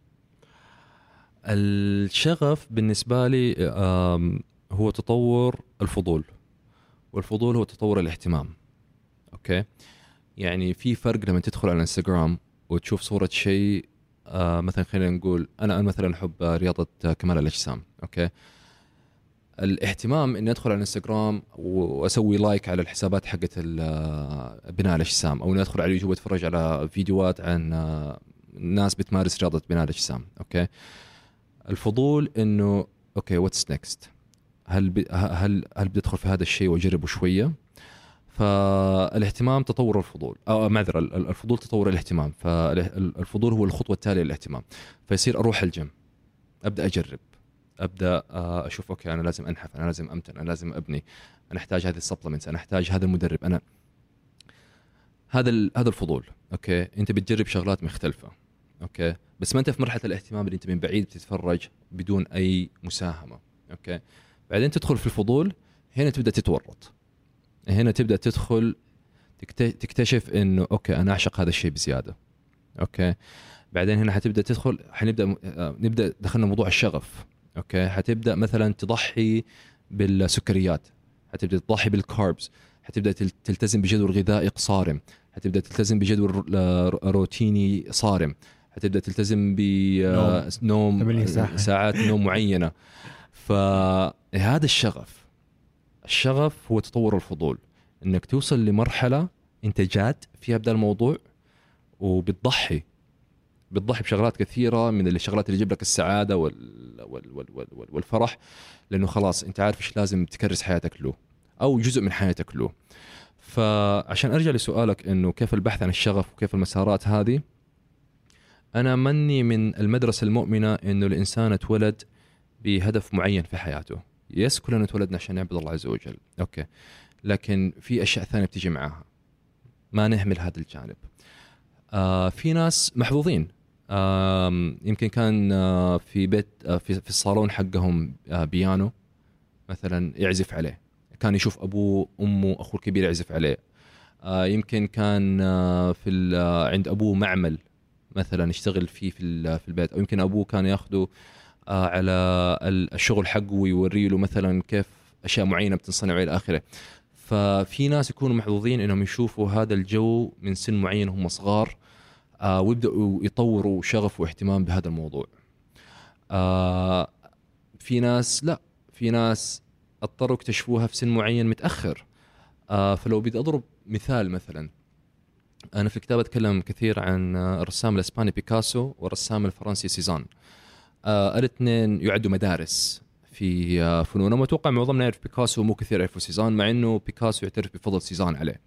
Speaker 2: الشغف بالنسبة لي هو تطور الفضول، والفضول هو تطور الاهتمام. أوكي، يعني في فرق لما تدخل على الانستغرام وتشوف صورة شيء، آه مثلا خلينا نقول أنا أنا مثلا أحب رياضة كمال الأجسام. أوكي، الاهتمام إني أدخل على الانستغرام وأسوي لايك على الحسابات حقت بناء الأجسام، أو إني أدخل على اليوتيوب أتفرج على فيديوهات عن ناس بتمارس رياضة بناء الأجسام. أوكي، الفضول إنه أوكي واتس نيكست، هل ب... هل هل بدي أدخل في هذا الشيء وأجربه شوية. فالاهتمام تطور الفضول، أو معذرة الفضول تطور الاهتمام، فالفضول هو الخطوة التالية للاهتمام. فيصير أروح الجيم، أبدأ أجرب، أبدأ أشوف أوكي أنا لازم أنحف، أنا لازم أمتن، أنا لازم أبني، أنا أحتاج هذه السبلمنتس، أنا أحتاج هذا المدرب، أنا هذا هذا الفضول. أوكي، أنت بتجرب شغلات مختلفة. أوكي، بس ما أنت في مرحلة الاهتمام اللي أنت من بعيد بتتفرج بدون أي مساهمة، اوكي. بعدين تدخل في الفضول، هنا تبدا تتورط، هنا تبدا تدخل تكتشف انه اوكي انا اعشق هذا الشيء بزياده. اوكي. بعدين هنا حتبدا تدخل، حنبدا نبدا دخلنا موضوع الشغف. اوكي. حتبدا مثلا تضحي بالسكريات، حتبدا تضحي بالكاربز، حتبدا تلتزم بجدول غذائي صارم، حتبدا تلتزم بجدول روتيني صارم، حتبدا تلتزم بنوم ساعات نوم معينه. فهذا الشغف، الشغف هو تطور الفضول، انك توصل لمرحله انت جاد فيها بدا الموضوع، وبتضحي بتضحي بشغلات كثيره من الشغلات اللي تجيب لك السعاده وال... وال... وال... وال... والفرح، لانه خلاص انت عارف ايش لازم تكرس حياتك له او جزء من حياتك له. فعشان ارجع لسؤالك انه كيف البحث عن الشغف وكيف المسارات هذه، انا مني من المدرسه المؤمنه انه الانسان اتولد بهدف معين في حياته. يس كلنا اتولدنا عشان نعبد الله عز وجل، اوكي، لكن في اشياء ثانيه بتيجي معاها، ما نهمل هذا الجانب. آه في ناس محظوظين، آه يمكن كان آه في بيت آه في, في الصالون حقهم آه بيانو مثلا يعزف عليه، كان يشوف ابوه امه اخوه الكبير يعزف عليه. آه يمكن كان آه في آه عند ابوه معمل مثلا يشتغل فيه في في البيت، او يمكن ابوه كان ياخده آه على الشغل حقه ويوري له مثلا كيف اشياء معينه بتنصنع الى اخره. ففي ناس يكونوا محظوظين انهم يشوفوا هذا الجو من سن معين وهم صغار، آه ويبداوا يطوروا شغف واهتمام بهذا الموضوع. آه في ناس لا، في ناس اضطروا يكتشفوها في سن معين متاخر. آه فلو بدي اضرب مثال، مثلا انا في الكتاب اتكلم كثير عن الرسام الاسباني بيكاسو والرسام الفرنسي سيزان. آه الاثنين يعدوا مدارس في آه فنون، ومتوقع معظمنا يعرف بيكاسو، مو كثير يعرفوا سيزان، مع انه بيكاسو يعترف بفضل سيزان عليه.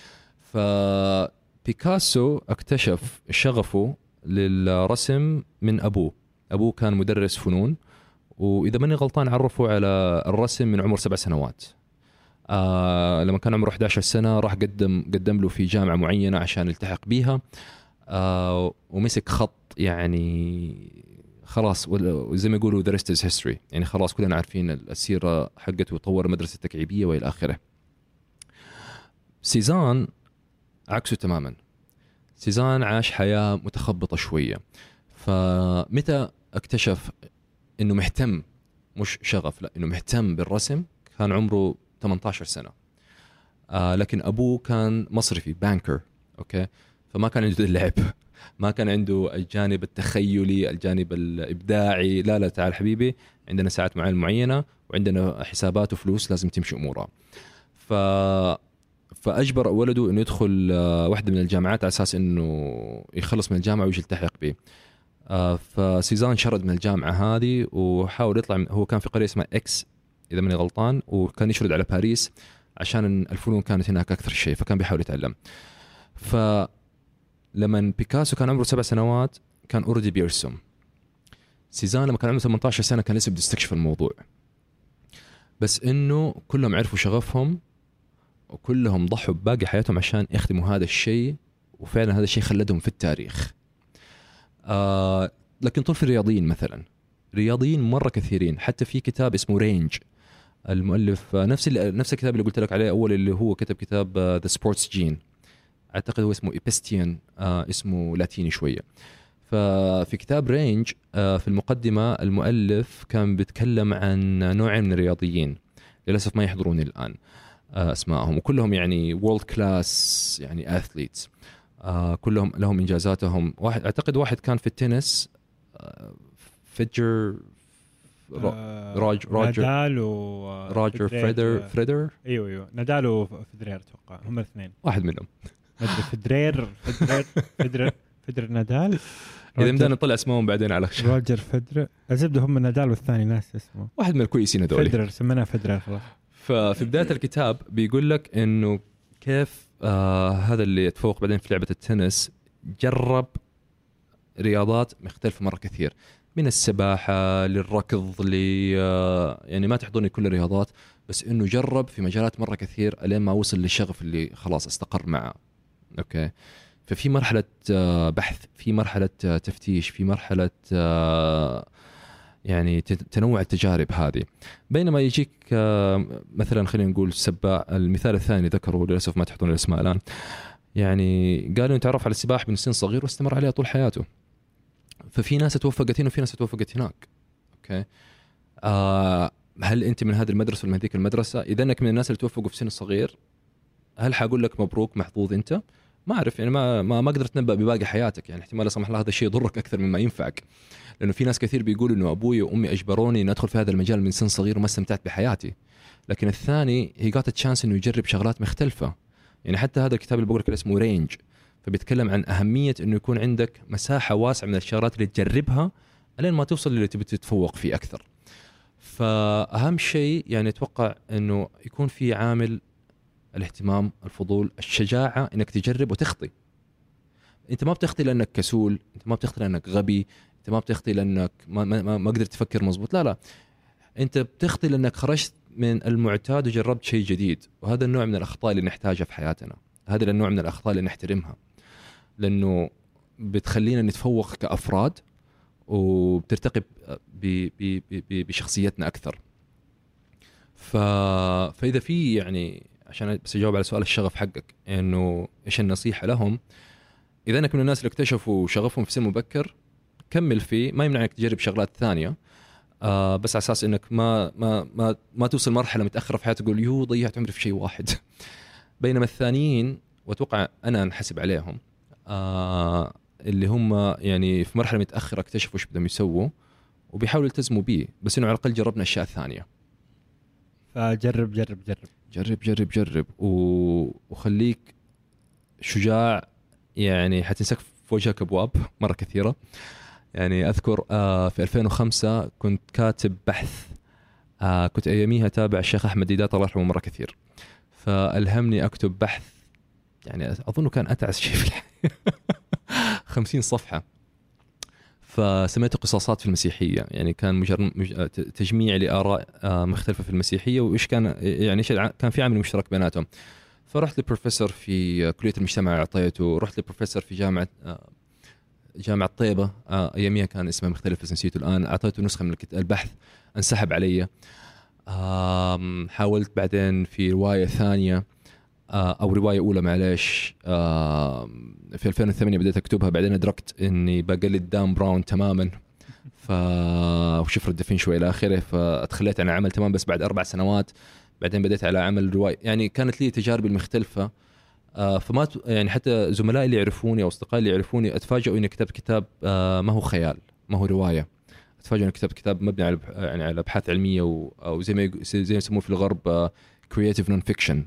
Speaker 2: فبيكاسو اكتشف شغفه للرسم من ابوه. ابوه كان مدرس فنون، واذا ماني غلطان عرفه على الرسم من عمر سبع سنوات. آه لما كان عمره أحد عشر سنه راح قدم قدم له في جامعه معينه عشان يلتحق بيها، آه ومسك خط يعني خلاص، وزي ما يقولوا the rest is history، يعني خلاص كلنا عارفين السيره حقته، وطور مدرسه تكعيبيه والى اخره. سيزان عكسه تماما، سيزان عاش حياه متخبطه شويه. فمتى اكتشف انه مهتم، مش شغف، لا انه مهتم بالرسم، كان عمره ثمانية عشر سنه. آه لكن ابوه كان مصرفي بانكر، اوكي، فما كان عنده اللعب، ما كان عنده الجانب التخيلي، الجانب الابداعي. لا لا تعال حبيبي، عندنا ساعات معينه معينه، وعندنا حسابات وفلوس لازم تمشي امورها. ف فاجبر ولده انه يدخل آه واحده من الجامعات على اساس انه يخلص من الجامعه ويجي يلتحق به. آه فسيزان شرد من الجامعه هذه وحاول يطلع من، هو كان في قريه اسمها اكس اذا ماني غلطان، وكان يشرد على باريس عشان الفنون كانت هناك اكثر شيء، فكان بيحاول يتعلم. فلما بيكاسو كان عمره سبع سنوات كان اوريدي بيرسم. سيزان لما كان عمره ثمانية عشر سنه كان لسه بده يستكشف الموضوع، بس انه كلهم عرفوا شغفهم وكلهم ضحوا بباقي حياتهم عشان يخدموا هذا الشيء، وفعلا هذا الشيء خلدهم في التاريخ. آه لكن طول في الرياضيين مثلا، رياضيين مرة كثيرين. حتى في كتاب اسمه رينج، المؤلف نفس نفس الكتاب اللي قلت لك عليه أول، اللي هو كتب كتاب The Sports Gene، أعتقد هو اسمه إبستيان، آه اسمه لاتيني شوية. ففي كتاب رينج آه في المقدمة المؤلف كان بيتكلم عن نوعين من الرياضيين، للأسف ما يحضروني الآن آه أسمائهم، وكلهم يعني world class يعني athletes، آه كلهم لهم إنجازاتهم. واحد أعتقد واحد كان في التنس، آه فيدجر
Speaker 1: آه
Speaker 2: روج روجر
Speaker 1: نادال و
Speaker 2: روجر فريدر
Speaker 1: و...
Speaker 2: فريدر
Speaker 1: ايوه ايوه نادال وفيدرير، اتوقع هم الاثنين،
Speaker 2: واحد منهم.
Speaker 1: فيدرير فيدرير فيدرير فيدرير نادال.
Speaker 2: اذا بدنا نطلع اسمهم بعدين على خشب.
Speaker 1: روجر فيدرير الزبده، هم نادال والثاني ناس اسمه
Speaker 2: واحد من الكويسين هذول،
Speaker 1: فيدرير، سميناه فيدرير خلاص.
Speaker 2: ففي بدايه الكتاب بيقول لك انه كيف آه هذا اللي يتفوق بعدين في لعبه التنس جرب رياضات مختلفه مره كثير، من السباحة للركض ل يعني ما تحضرني كل الرياضات، بس إنه جرب في مجالات مرة كثير ألين ما وصل للشغف اللي خلاص استقر معه. أوكي، ففي مرحلة بحث، في مرحلة تفتيش، في مرحلة يعني تنوع التجارب هذه. بينما يجيك مثلا خلينا نقول السباح، المثال الثاني ذكره للأسف ما تحطون الأسماء الآن، يعني قالوا يتعرف على السباحة من سن صغير واستمر عليها طول حياته. ففي ناس توفقت هنا وفي ناس توفقت هناك. أوكي، آه هل أنت من هذه المدرسة ولا من هذيك المدرسة؟ إذا أنك من الناس اللي توفقوا في سن صغير، هل حقول لك مبروك محظوظ أنت؟ ما أعرف، يعني ما ما ما قدرت أتنبأ بباقي حياتك، يعني احتمال لا سمح الله هذا الشيء يضرك أكثر مما ينفعك. لأنه في ناس كثير بيقولوا إنه أبوي وأمي أجبروني إن أدخل في هذا المجال من سن صغير وما استمتعت بحياتي. لكن الثاني هي got a chance إنه يجرب شغلات مختلفة. يعني حتى هذا الكتاب اللي بقول لك اسمه رينج، فبيتكلم عن أهمية إنه يكون عندك مساحة واسعة من الشغلات اللي تجربها لين ما توصل اللي تبي تتفوق فيه أكثر. فأهم شيء يعني أتوقع إنه يكون في عامل الاهتمام، الفضول، الشجاعة، إنك تجرب وتخطي. أنت ما بتخطي لأنك كسول، أنت ما بتخطي لأنك غبي، أنت ما بتخطي لأنك ما ما ما قدرت تفكر مزبوط، لا لا، أنت بتخطي لأنك خرجت من المعتاد وجربت شيء جديد. وهذا النوع من الأخطاء اللي نحتاجها في حياتنا، هذا النوع من الأخطاء اللي نحترمها، لأنه بتخلينا نتفوق كأفراد وبترتقي ب ب ب بشخصيتنا أكثر. ف فإذا في يعني عشان بس أجاوب على سؤال الشغف حقك، إنه إيش النصيحة لهم؟ إذا أنك من الناس اللي اكتشفوا شغفهم في سن مبكر، كمل فيه، ما يمنع انك تجرب شغلات ثانيه، آه بس على اساس انك ما ما ما ما توصل مرحله متاخره في حياتك تقول يو ضيعت عمري في شيء واحد. بينما الثانيين، واتوقع انا انحسب عليهم، آه اللي هم يعني في مرحله متاخره اكتشفوا ايش بدهم يسووا وبيحاولوا يلتزموا به، بس انه على الاقل جربنا اشياء ثانيه.
Speaker 1: فجرب جرب جرب
Speaker 2: جرب جرب جرب وخليك شجاع، يعني حتنسك في وجهك ابواب مره كثيره. يعني أذكر آه في ألفين وخمسة كنت كاتب بحث، آه كنت أياميها تابع الشيخ أحمد ديدات الله يرحمه مرة كثير، فألهمني أكتب بحث يعني أظنه كان أتعس شيء في الحياة خمسين صفحة، فسميته قصاصات في المسيحية. يعني كان مجرد تجميع لآراء آه مختلفة في المسيحية وإيش كان يعني كان في عامل مشترك بيناتهم. فرحت لبروفيسور في كلية المجتمع أعطيته، رحت لبروفيسور في جامعة آه جامعة طيبة، آه أياميها كان اسمها مختلف بس نسيته الآن، أعطيته نسخة من البحث، انسحب علي. آه حاولت بعدين في رواية ثانية آه أو رواية أولى معليش آه في ألفين وثمانية بديت أكتبها، بعدين أدركت إني بقلد دان براون تماما، ف وشفر الدفين شوي إلى آخره، فأتخليت عن العمل تمام. بس بعد أربع سنوات بعدين بديت على عمل رواية. يعني كانت لي تجاربي المختلفة، آه فما يعني حتى زملائي اللي يعرفوني او اصدقائي اللي يعرفوني اتفاجئوا اني كتبت كتاب آه ما هو خيال، ما هو روايه، اتفاجئوا اني كتبت كتاب مبني على يعني على ابحاث علميه و او زي ما زي ما يسموه في الغرب كرييتيف نون فيكشن،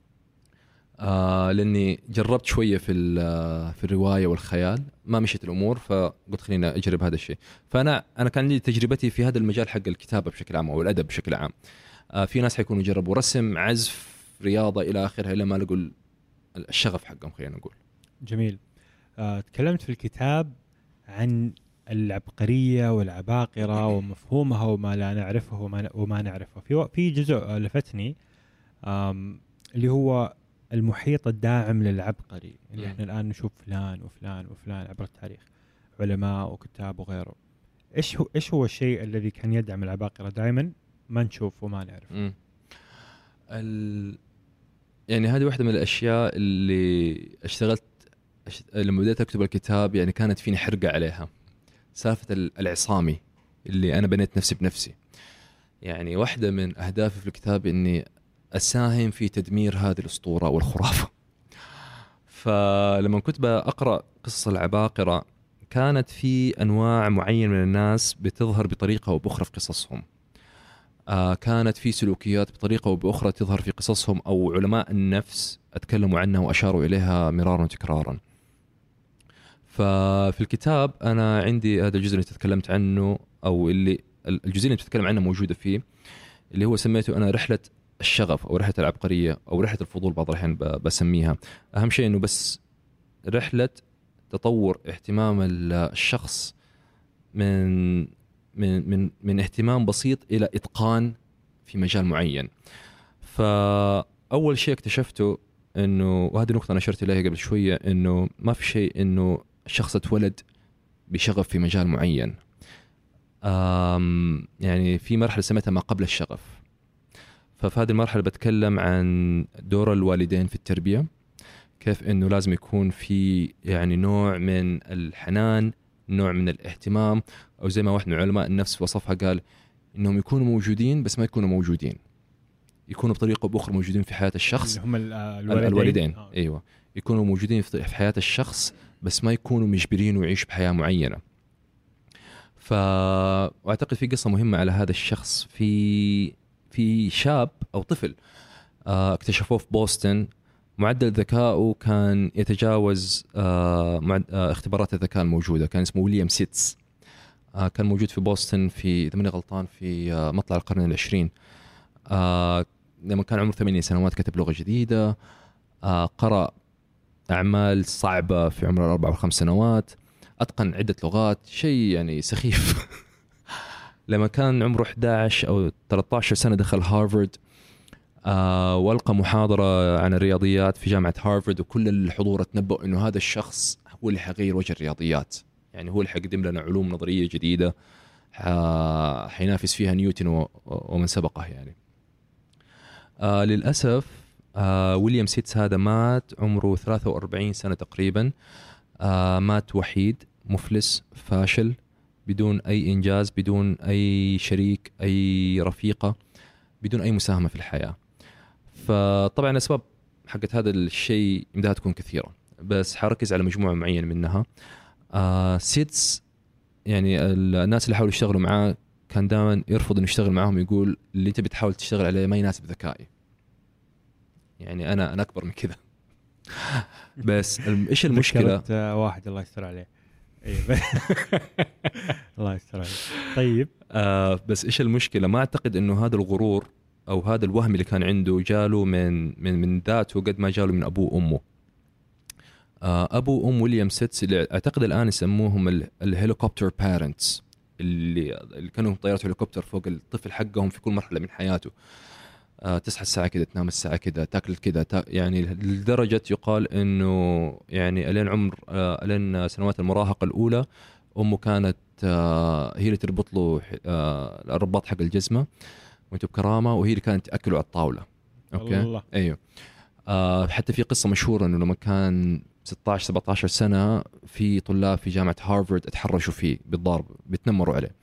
Speaker 2: لاني جربت شويه في في الروايه والخيال ما مشيت الامور، فقلت خلينا اجرب هذا الشيء. فانا انا كان لي تجربتي في هذا المجال حق الكتابه بشكل عام او الادب بشكل عام. آه في ناس حيكونوا جربوا رسم، عزف، رياضه الى اخره الى ما لقوا الشغف حقهم خلينا نقول.
Speaker 1: جميل. آه، تكلمت في الكتاب عن العبقرية والعباقرة ومفهومها وما لا نعرفه وما, وما نعرفه. في في جزء لفتني اللي هو المحيط الداعم للعبقري، اللي احنا الآن نشوف فلان وفلان وفلان عبر التاريخ، علماء وكتاب وغيره. ايش هو ايش هو الشيء الذي كان يدعم العباقرة دائما ما نشوف وما نعرف؟
Speaker 2: ال... يعني هذه واحدة من الأشياء اللي اشتغلت لما بديت أكتب الكتاب، يعني كانت فيني حرقة عليها، سالفة العصامي اللي أنا بنيت نفسي بنفسي. يعني واحدة من أهدافي في الكتاب إني أساهم في تدمير هذه الأسطورة والخرافة. فلما كنت بقرأ قصص العباقرة كانت في أنواع معينة من الناس بتظهر بطريقة أو بأخرى في قصصهم، آه كانت في سلوكيات بطريقة أو بأخرى تظهر في قصصهم، أو علماء النفس أتكلموا عنها وأشاروا إليها مرارا وتكرارا. ففي الكتاب أنا عندي هذا الجزء اللي تتكلمت عنه، أو اللي الجزء اللي تتكلم عنه موجودة فيه، اللي هو سميته أنا رحلة الشغف أو رحلة العبقرية أو رحلة الفضول بعض الأحيان بسميها. أهم شيء إنه بس رحلة تطور اهتمام الشخص من من من من اهتمام بسيط إلى إتقان في مجال معين. فأول شيء اكتشفته إنه، وهذه نقطة أنا أشرت إليها قبل شوية، إنه ما في شيء إنه الشخص اتولد بشغف في مجال معين. يعني في مرحلة سميتها ما قبل الشغف. ففي هذه المرحلة بتكلم عن دور الوالدين في التربية، كيف إنه لازم يكون في يعني نوع من الحنان، نوع من الاهتمام، أو زي ما واحد من علماء النفس وصفها قال إنهم يكونوا موجودين بس ما يكونوا موجودين، يكونوا بطريقة بأخرى موجودين في حياة الشخص.
Speaker 1: هم الوالدين,
Speaker 2: الوالدين.
Speaker 1: آه.
Speaker 2: أيوة، يكونوا موجودين في حياة الشخص بس ما يكونوا مجبرين يعيش بحياة معينة. فأعتقد في قصة مهمة على هذا الشخص. في في شاب أو طفل اكتشفوه في بوسطن، معدل ذكائه كان يتجاوز اختبارات الذكاء الموجودة، كان اسمه ويليام سيتس. كان موجود في بوسطن في إذا ماني غلطان في مطلع القرن العشرين. لما كان عمره ثمانية سنوات كتب لغة جديدة، قرأ أعمال صعبة في عمر الأربع وخمس سنوات، أتقن عدة لغات، شيء يعني سخيف. لما كان عمره أحد عشر أو ثلاثة عشر سنة دخل هارفارد، آه والقى محاضرة عن الرياضيات في جامعة هارفارد، وكل الحضور تنبؤ إنه هذا الشخص هو اللي حيغير وجه الرياضيات، يعني هو اللي حيقدم لنا علوم نظرية جديدة حينافس فيها نيوتن ومن سبقه يعني. آه للأسف آه ويليام سيتس هذا مات عمره ثلاثة وأربعين سنة تقريبا. آه مات وحيد، مفلس، فاشل، بدون أي إنجاز، بدون أي شريك، أي رفيقة، بدون أي مساهمة في الحياة. فطبعا الأسباب حقت هذا الشيء يمدها تكون كثيرة، بس حركز على مجموعة معينة منها. آه سيتس يعني الناس اللي حاولوا يشتغلوا معاه كان دائما يرفض إنه يشتغل معهم، يقول اللي أنت بتحاول تشتغل عليه ما يناسب ذكائي، يعني أنا أنا أكبر من كذا. بس إيش المشكلة؟
Speaker 1: واحد الله يستر عليه. الله يستر عليه. طيب
Speaker 2: آه بس إيش المشكلة؟ ما أعتقد إنه هذا الغرور أو هذا الوهم اللي كان عنده جاله من من من ذاته قد ما جاله من أبوه وأمه. آه أبو وأم ويليام سيتس اللي أعتقد الآن يسموهم الهليكوبتر بارنتس، اللي اللي كانوا طيارة هليكوبتر فوق الطفل حقهم في كل مرحلة من حياته. آه تصحى الساعة كذا، تنام الساعة كذا، تاكل كذا، تا... يعني لدرجة يقال إنه يعني ألين عمر آه ألين سنوات المراهقة الأولى أمه كانت آه هي اللي تربط له آه الرباط حق الجزمة وانتو بكرامة، وهي اللي كانت تأكله على الطاولة. أوكي الله. أيوه. آه حتى في قصة مشهورة إنه لما كان ستة عشر سبعة عشر سنة في طلاب في جامعة هارفارد اتحرشوا فيه بالضرب، بيتنمروا عليه.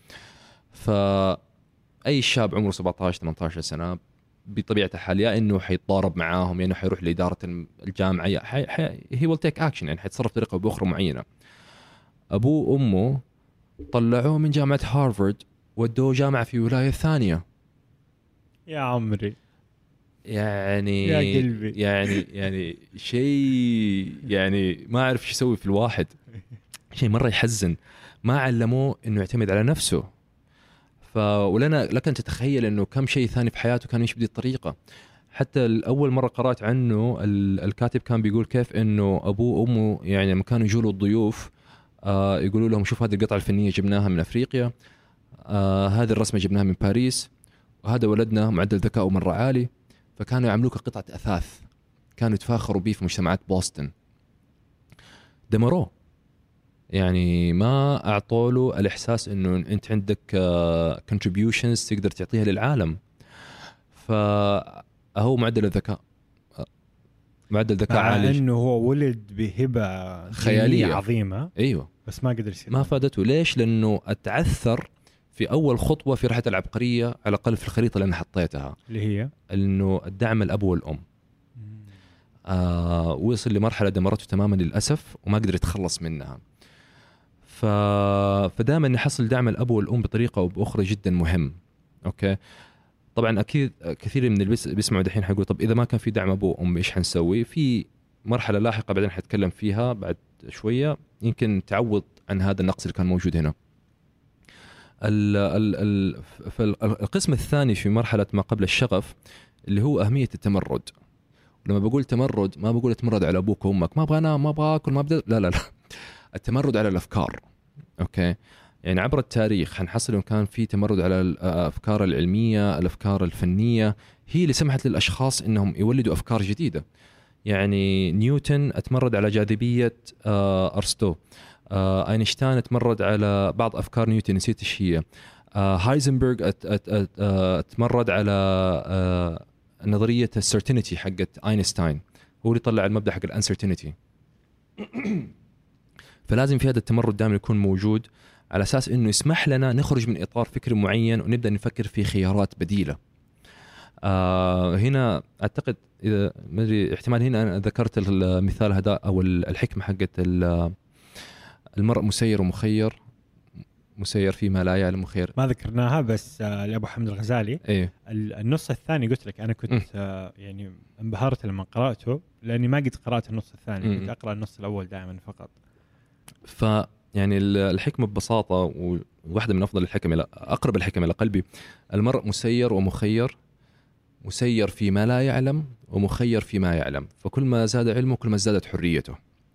Speaker 2: فأي شاب عمره سبعة عشر ثمانية عشر سنة بطبيعة الحال يا إنه حيتضارب معاهم، يعني حيروح لإدارة الجامعة، حي... حي... he will take action، يعني حيتصرف بطريقة بأخرى معينة. أبوه وأمه طلعوه من جامعة هارفارد ودوه جامعة في ولاية ثانية.
Speaker 1: يا عمري
Speaker 2: يعني
Speaker 1: يا قلبي
Speaker 2: يعني يعني شيء يعني ما أعرف شو يسوي في الواحد، شيء مرة يحزن. ما علموه إنه يعتمد على نفسه. فولنا لك أن تتخيل إنه كم شيء ثاني في حياته كان يمشي بهذه الطريقة. حتى الأول مرة قرأت عنه الكاتب كان بيقول كيف إنه أبوه وأمه يعني لما كانوا يجوا له الضيوف آه يقولوا لهم شوف هذه القطعة الفنية جبناها من أفريقيا، آه هذه الرسمة جبناها من باريس، وهذا ولدنا معدل ذكائه مرة عالي. فكانوا يعملوه كقطعة أثاث، كانوا يتفاخروا به في مجتمعات بوسطن. دمروه، يعني ما أعطوا له الإحساس إنه أنت عندك uh, contributions تقدر تعطيها للعالم. فهو معدل الذكاء معدل ذكاء عالي،
Speaker 1: إنه هو ولد بهبة
Speaker 2: خيالية
Speaker 1: عظيمة.
Speaker 2: أيوة،
Speaker 1: بس ما قدر يصير،
Speaker 2: ما فادته. ليش؟ لأنه أتعثر في أول خطوة في رحلة العبقرية، على الأقل في الخريطة اللي أنا حطيتها،
Speaker 1: اللي هي
Speaker 2: إنه الدعم الأب والأم. آه وصل لمرحلة دمرته تماما للأسف، وما قدر يتخلص منها. ف... فدائما نحصل دعم الأب والأم بطريقة أو بأخرى جدا مهم. أوكي، طبعا أكيد كثير من اللي بيسمعوا دحين حيقول طب إذا ما كان في دعم أبو وأم إيش حنسوي؟ في مرحلة لاحقة بعدين حتكلم فيها بعد شوية يمكن تعوض عن هذا النقص اللي كان موجود هنا. ال... ال... ال... فالقسم الثاني في مرحلة ما قبل الشغف اللي هو أهمية التمرد. لما بقول تمرد ما بقول تمرد على أبوك وأمك، ما أبغى أنام، ما أبغى أكل، ما أبدأ، لا لا لا، التمرد على الأفكار. أوكي، يعني عبر التاريخ حنحصل إنه كان في تمرد على الأفكار العلمية، الأفكار الفنية، هي اللي سمحت للأشخاص إنهم يولدوا أفكار جديدة. يعني نيوتن اتمرد على جاذبية أرسطو، آه اينشتاين تمرد على بعض افكار نيوتن نسيت ايش هي. آه هايزنبرغ ات ات ات آه تمرد على آه نظريه السيرتينتي حقت اينشتاين، هو اللي طلع المبدا حق الانسرتينتي. فلازم في هذا التمرد دائما يكون موجود على اساس انه يسمح لنا نخرج من اطار فكري معين ونبدا نفكر في خيارات بديله. آه هنا اعتقد اذا ما ادري احتمال هنا انا ذكرت المثال هذا او الحكمه حقت المرء مسير ومخير، مسير فيما لا يعلم مخير،
Speaker 1: ما ذكرناها بس آه لابو حمد الغزالي.
Speaker 2: ايه
Speaker 1: النص الثاني قلت لك انا كنت آه يعني انبهرت لما قراته لاني ما قد قرات النص الثاني،
Speaker 2: م-
Speaker 1: كنت اقرا النص الاول دائما فقط.
Speaker 2: ف يعني الحكمه ببساطه وواحده من افضل الحكم الى اقرب الحكم الى قلبي، المرء مسير ومخير، مسير فيما لا يعلم ومخير فيما يعلم، فكل ما زاد علمه كل ما زادت حريته.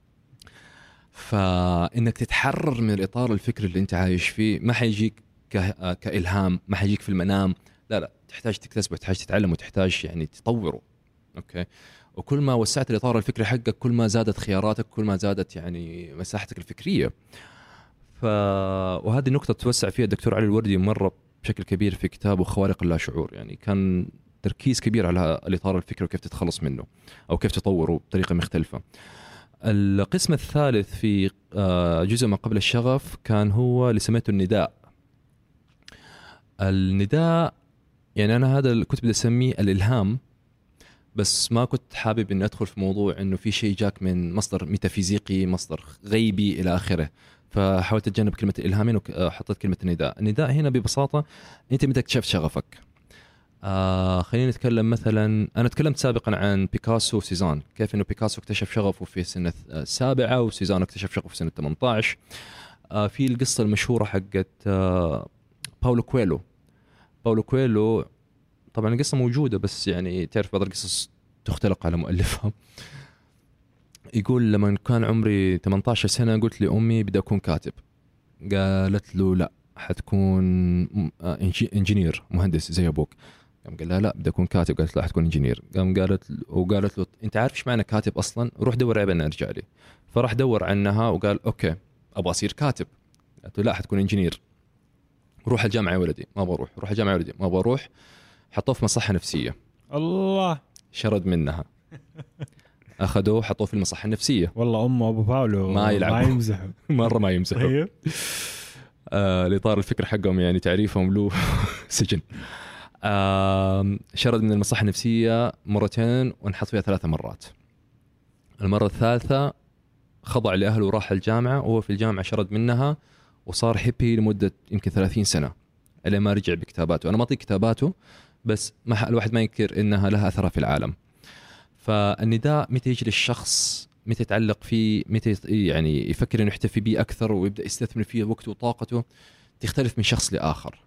Speaker 2: فإنك تتحرر من الإطار الفكري اللي أنت عايش فيه ما حيجيك كإلهام، ما حيجيك في المنام، لا لا تحتاج تكتسبه، تحتاج تتعلم وتحتاج يعني تطوره. أوكي، وكل ما وسعت الإطار الفكري حقك كل ما زادت خياراتك، كل ما زادت يعني مساحتك الفكرية. ف وهذه النقطة توسع فيها الدكتور علي الوردي مرة بشكل كبير في كتابه خوارق اللاشعور، يعني كان تركيز كبير على الإطار الفكري وكيف تتخلص منه أو كيف تطوره بطريقة مختلفة. القسم الثالث في جزء ما قبل الشغف كان هو اللي سميته النداء. النداء يعني أنا هذا كنت بدي أسميه الإلهام، بس ما كنت حابب أن أدخل في موضوع أنه في شيء جاك من مصدر ميتافيزيقي، مصدر غيبي إلى آخره، فحاولت أتجنب كلمة الإلهامين وحطيت كلمة النداء. النداء هنا ببساطة أنت بدك تكتشف شغفك. آه خلينا نتكلم مثلا، أنا تكلمت سابقا عن بيكاسو وسيزان، كيف إنه بيكاسو اكتشف شغفه في سنة السابعة وسيزان اكتشف شغفه في سنة ثمانية عشر. آه في القصة المشهورة حقت آه باولو كويلو. باولو كويلو طبعا القصة موجودة بس يعني تعرف بعض القصص تختلق على مؤلفها. يقول لما كان عمري ثمانية عشر سنة قلت لأمي بدي أكون كاتب، قالت له لا حتكون انجينير مهندس زي أبوك. قام قال لها لا بدي أكون كاتب، قالت لا حتكون انجينير. قام قالت وقالت له أنت عارف إيش معنى كاتب أصلا؟ روح دور عليه بأن أرجع لي. فراح دور عنها وقال أوكي أبغى أصير كاتب. قالت له لا حتكون انجينير. روح الجامعة يا ولدي، ما بروح. روح الجامعة يا ولدي، ما بروح. حطوه في مصحة نفسية.
Speaker 1: الله،
Speaker 2: شرد منها. أخذوه حطوه في المصحة النفسية.
Speaker 1: والله أمه وأبو باولو
Speaker 2: ما يلعبوا،
Speaker 1: ما يمزحوا
Speaker 2: مرة ما يمزحوا.
Speaker 1: طيب
Speaker 2: آه لإطار الفكرة حقهم يعني تعريفهم له سجن. آه شرد من المصحة النفسية مرتين وانحط فيها ثلاثة مرات. المرة الثالثة خضع لأهله وراح الجامعة، وهو في الجامعة شرد منها وصار هيبي لمدة يمكن ثلاثين سنة إلى ما رجع بكتاباته. أنا ما أعطيك كتاباته بس ما الواحد ما ينكر إنها لها أثرها في العالم. فالنداء متى يجي للشخص، متى يتعلق فيه، متى يعني يفكر إنه يحتفي به أكثر ويبدأ يستثمر فيه وقته وطاقته، تختلف من شخص لآخر.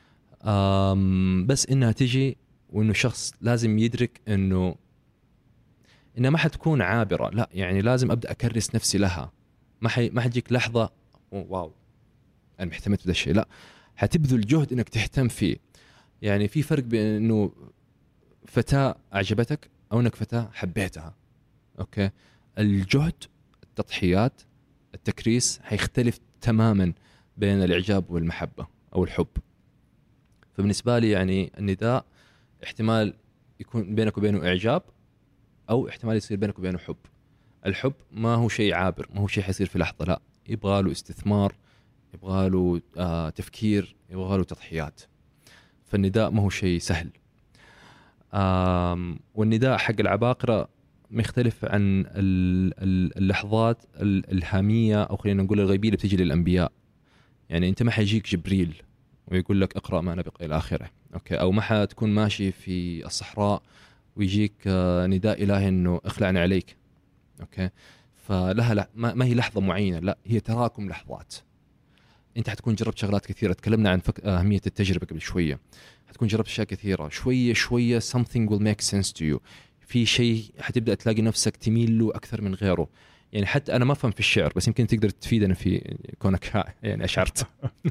Speaker 2: بس إنها تجي وإنه شخص لازم يدرك إنه إنها ما حتكون عابرة، لا يعني لازم أبدأ أكرس نفسي لها. ما حي ما حتجيك لحظة واو أنا اهتميت بهذا الشيء، لا حتبذل جهد إنك تهتم فيه. يعني في فرق بين إنه فتاة أعجبتك أو إنك فتاة حبيتها. أوكي، الجهد، التضحيات، التكريس حيختلف تماما بين الإعجاب والمحبة أو الحب. فبالنسبة لي يعني النداء احتمال يكون بينك وبينه إعجاب، أو احتمال يصير بينك وبينه حب. الحب ما هو شيء عابر، ما هو شيء حيصير في لحظة، لا يبغى له استثمار، يبغى له آه تفكير، يبغى له تضحيات. فالنداء ما هو شيء سهل. والنداء حق العباقرة مختلف عن اللحظات الإلهامية أو خلينا نقول الغيبية اللي بتجي للأنبياء. يعني أنت ما حيجيك جبريل ويقول لك اقرأ ما نبق إلى آخره، أوكي، أو ما حتكون ماشي في الصحراء ويجيك نداء إلهي إنه اخلعنا عليك، أوكي. فلها لا ما هي لحظة معينة، لا هي تراكم لحظات. أنت حتكون جربت شغلات كثيرة، تكلمنا عن فك... أهمية التجربة قبل شوية. حتكون جربت أشياء كثيرة، شوية شوية something will make sense to you. في شيء حتبدأ تلاقي نفسك تميل له أكثر من غيره. يعني حتى أنا ما أفهم في الشعر بس يمكن تقدر تفيدنا في كونك يعني أشعرت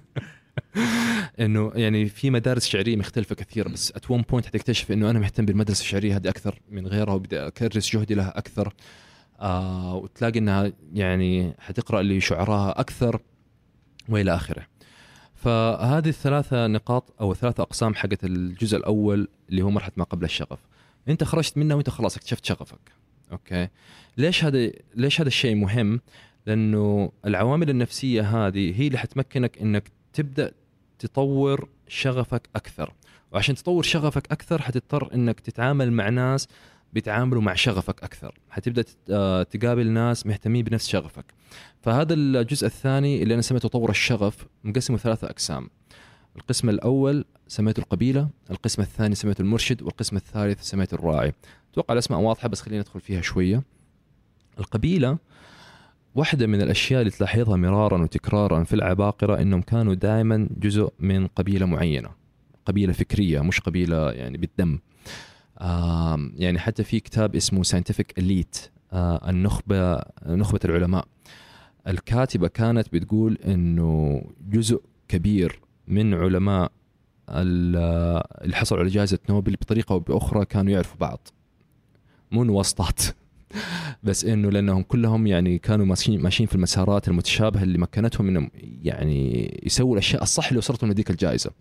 Speaker 2: إنه يعني في مدارس شعرية مختلفة كثيرة، بس at one point حتكتشف إنه أنا مهتم بالمدرسة الشعرية هذه أكثر من غيرها وبدأ أكرس جهدي لها أكثر. آه وتلاقي انها يعني حتقرا لشعراء اكثر والى اخره. فهذه الثلاثه نقاط او ثلاثه اقسام حقت الجزء الاول اللي هو مرحله ما قبل الشغف. انت خرجت منها وانت خلاص اكتشفت شغفك. اوكي ليش هذا ليش هذا الشيء مهم؟ لانه العوامل النفسيه هذه هي اللي حتمكنك انك تبدا تطور شغفك اكثر، وعشان تطور شغفك اكثر حتضطر انك تتعامل مع ناس بيتعاملوا مع شغفك اكثر، حتبدا تقابل ناس مهتمين بنفس شغفك. فهذا الجزء الثاني اللي انا سميته طور الشغف مقسمه ثلاثه اقسام. القسم الاول سميته القبيله، القسم الثاني سميته المرشد، والقسم الثالث سميته الراعي. اتوقع الاسماء واضحه بس خلينا ندخل فيها شويه. القبيله واحده من الاشياء اللي تلاحظها مرارا وتكرارا في العباقره انهم كانوا دائما جزء من قبيله معينه، قبيله فكريه مش قبيله يعني بالدم. آه يعني حتى في كتاب اسمه Scientific Elite آه النخبه نخبه العلماء، الكاتبه كانت بتقول انه جزء كبير من علماء اللي حصلوا على جائزه نوبل بطريقه او باخرى كانوا يعرفوا بعض، مو واسطات بس انه لانهم كلهم يعني كانوا ماشيين ماشيين في المسارات المتشابهه اللي مكنتهم انهم يعني يسووا الاشياء الصح اللي وصلتهم لديك الجائزه.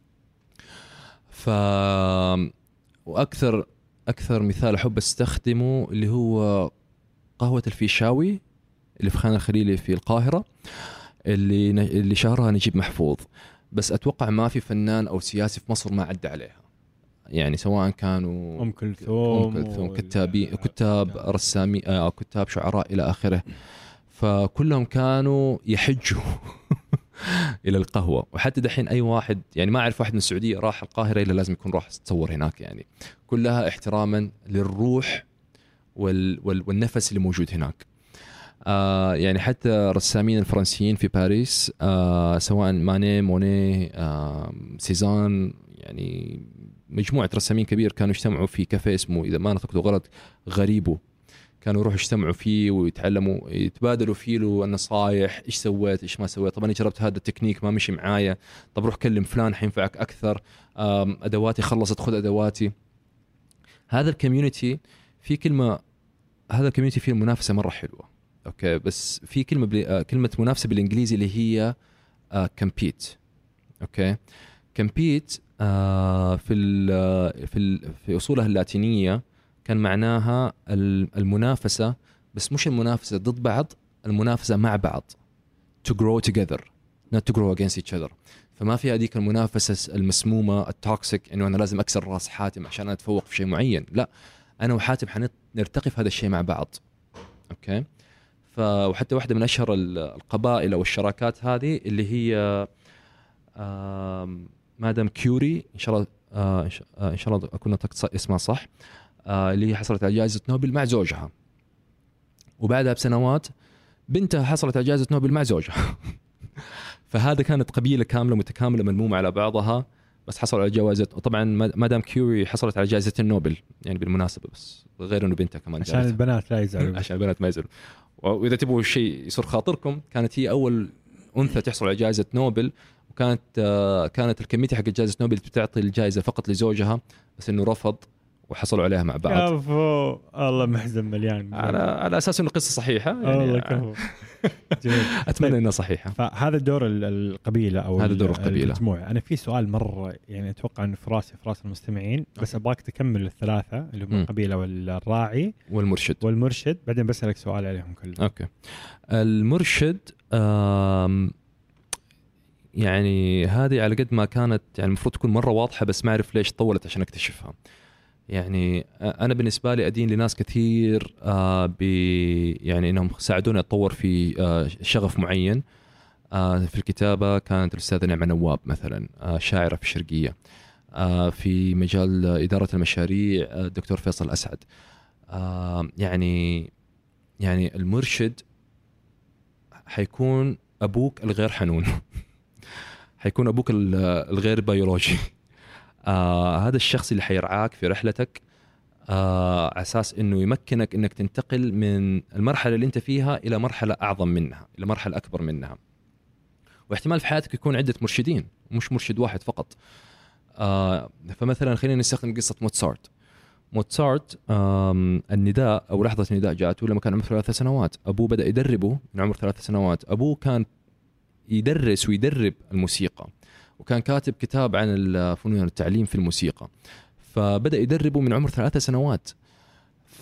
Speaker 2: ف واكثر اكثر مثال احب استخدمه اللي هو قهوه الفيشاوي اللي في خان الخليلي في القاهره، اللي اللي شهرها نجيب محفوظ، بس اتوقع ما في فنان او سياسي في مصر ما عدى عليها، يعني سواء كانوا
Speaker 1: ام كلثوم
Speaker 2: ام كلثوم كتابي كتاب رسامي او كتاب شعراء الى اخره، فكلهم كانوا يحجوا الى القهوه. وحتى دحين اي واحد يعني ما اعرف واحد من السعوديه راح القاهره الا لازم يكون راح تصور هناك، يعني كلها احتراما للروح وال وال والنفس اللي موجود هناك. آه يعني حتى رسامين الفرنسيين في باريس آه سواء ماني موني آه سيزان، يعني مجموعه رسامين كبير كانوا يجتمعوا في كافيه اسمه اذا ما نطقته غلط غريبو، كانوا يروحوا يجتمعوا فيه ويتعلموا يتبادلوا فيه له النصائح، ايش سويت ايش ما سويت، طب انا جربت هذا التكنيك ما مشي معايا، طب روح كلم فلان حينفعك اكثر، ادواتي خلصت خذ ادواتي. هذا الكوميونتي في كلمه هذا الكوميونتي فيه المنافسه مره حلوه. اوكي بس في كلمه بلي... كلمه منافسه بالانجليزي اللي هي كمبيت. اوكي كمبيت في ال... في ال... في اصولها اللاتينيه كان معناها المنافسه، بس مش المنافسه ضد بعض، المنافسه مع بعض، to grow together not to grow against each other. فما في هذيك المنافسه المسمومه التوكسيك انه انا لازم اكسر راس حاتم عشان اتفوق في شيء معين، لا انا وحاتم حنرتقي في هذا الشيء مع بعض. اوكي ف وحتى واحده من اشهر القبائل او الشراكات هذه اللي هي مادام كيوري، ان شاء الله ان شاء الله اكون نطقت اسمها صح، اللي حصلت على جائزة نوبل مع زوجها، وبعدها بسنوات بنتها حصلت على جائزة نوبل مع زوجها. فهذا كانت قبيلة كاملة متكاملة ملمومة على بعضها، بس حصلوا على جوائز. طبعا مادام كيوري حصلت على جائزة النوبل يعني بالمناسبة، بس غير انه بنتها كمان
Speaker 1: عشان جائزة. البنات لا يزعلوا
Speaker 2: عشان البنات ما يزعلوا. واذا تبغوا شيء يصير خاطركم، كانت هي اول انثى تحصل على جائزة نوبل، وكانت كانت الكميتي حق جائزة نوبل بتعطي الجائزة فقط لزوجها، بس انه رفض وحصلوا عليها مع بعض.
Speaker 1: كفو الله محزن مليان
Speaker 2: على على اساس انه قصه صحيحه يعني.
Speaker 1: والله كفو
Speaker 2: اتمنى انها صحيحه.
Speaker 1: فهذا دور القبيله او
Speaker 2: هذا دور القبيله.
Speaker 1: المجموعه. انا في سؤال مره يعني اتوقع انه في راسي في راس المستمعين، بس ابغاك تكمل الثلاثه اللي هم القبيله والراعي
Speaker 2: والمرشد
Speaker 1: والمرشد بعدين بسالك سؤال عليهم كلهم.
Speaker 2: اوكي المرشد يعني هذه على قد ما كانت يعني المفروض تكون مره واضحه، بس ما اعرف ليش طولت عشان اكتشفها. يعني أنا بالنسبة لي أدين لناس كثير آه بي يعني إنهم ساعدوني أتطور في آه شغف معين. آه في الكتابة كانت الأستاذة نعمة نواب مثلا، آه شاعرة في الشرقية. آه في مجال إدارة المشاريع آه الدكتور فيصل أسعد. آه يعني يعني المرشد حيكون أبوك الغير حنون. حيكون أبوك الغير بيولوجي. آه هذا الشخص اللي حيرعاك في رحلتك آه على أساس إنه يمكنك إنك تنتقل من المرحلة اللي أنت فيها إلى مرحلة أعظم منها، إلى مرحلة أكبر منها. واحتمال في حياتك يكون عدة مرشدين مش مرشد واحد فقط. آه فمثلا خلينا نستخدم قصة موتسارت. موتسارت النداء أو لحظة النداء جاءته لما كان عمره ثلاث سنوات. أبوه بدأ يدربه من عمر ثلاث سنوات. أبوه كان يدرس ويدرب الموسيقى، وكان كاتب كتاب عن الفنون والتعليم في الموسيقى، فبدأ يدربه من عمر ثلاث سنوات. ف...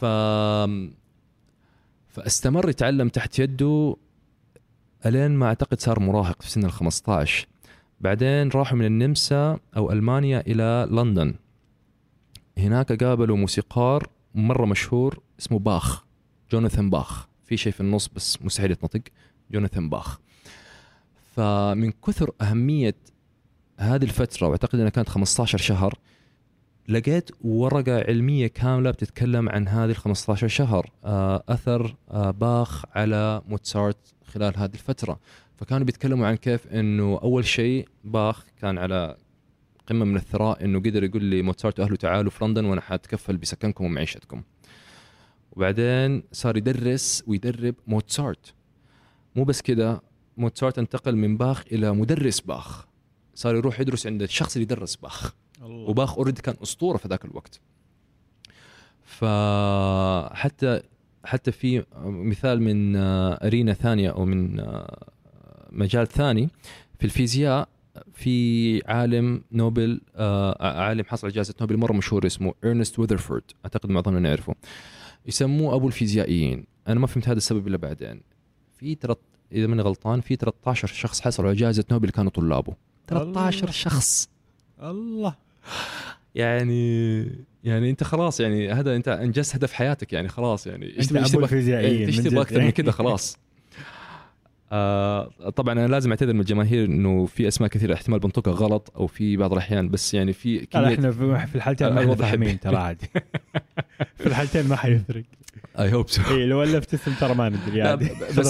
Speaker 2: فاستمر يتعلم تحت يده ألين ما أعتقد صار مراهق في سن الخمسة عشر. بعدين راحوا من النمسا أو ألمانيا إلى لندن. هناك قابلوا موسيقار مرة مشهور اسمه باخ، جوناثان باخ، في شيء في النص بس مستحيل يتنطق، جوناثان باخ. فمن كثر أهمية هذه الفترة، واعتقد أنها كانت خمسة عشر شهر، لقيت ورقة علمية كاملة بتتكلم عن هذه الخمسة عشر شهر، أثر باخ على موتسارت خلال هذه الفترة. فكانوا بيتكلموا عن كيف أنه أول شيء باخ كان على قمة من الثراء، أنه قدر يقول لي موتسارت وأهله تعالوا في لندن وأنا حاتكفل بسكنكم ومعيشتكم. وبعدين صار يدرس ويدرب موتسارت. مو بس كده، موتسارت انتقل من باخ إلى مدرس باخ، صار يروح يدرس عند الشخص اللي يدرس باخ. الله. وباخ أوريدي كان أسطورة في ذاك الوقت. فحتى حتى في مثال من أرينا ثانية أو من مجال ثاني في الفيزياء، في عالم نوبل، عالم حصل جائزة نوبل مرة مشهور اسمه إرنست ويذرفورد، أعتقد معظمنا نعرفه، يسموه أبو الفيزيائيين. أنا ما فهمت هذا السبب إلا بعدين. في ترى إذا ماني غلطان في ثلاثة عشر شخص حصلوا على جائزة نوبل كانوا طلابه. ثلاثة عشر الله. شخص.
Speaker 1: الله.
Speaker 2: يعني يعني أنت خلاص، يعني هذا أنت أنجزت هدف حياتك، يعني خلاص، يعني
Speaker 1: أنت أبو الفيزيائيين،
Speaker 2: إيش تبغى أكثر من كده خلاص. آه طبعا أنا لازم أعتذر من الجماهير إنه في أسماء كثيرة احتمال بنطقها غلط أو في بعض الأحيان، بس يعني في
Speaker 1: كمية... إحنا في الحالتين ما فاهمين ترى عادي. في الحالتين ما حيفرق.
Speaker 2: I hope so.
Speaker 1: إيه لو ألفت اسم ترى ما ندري عادي.
Speaker 2: بس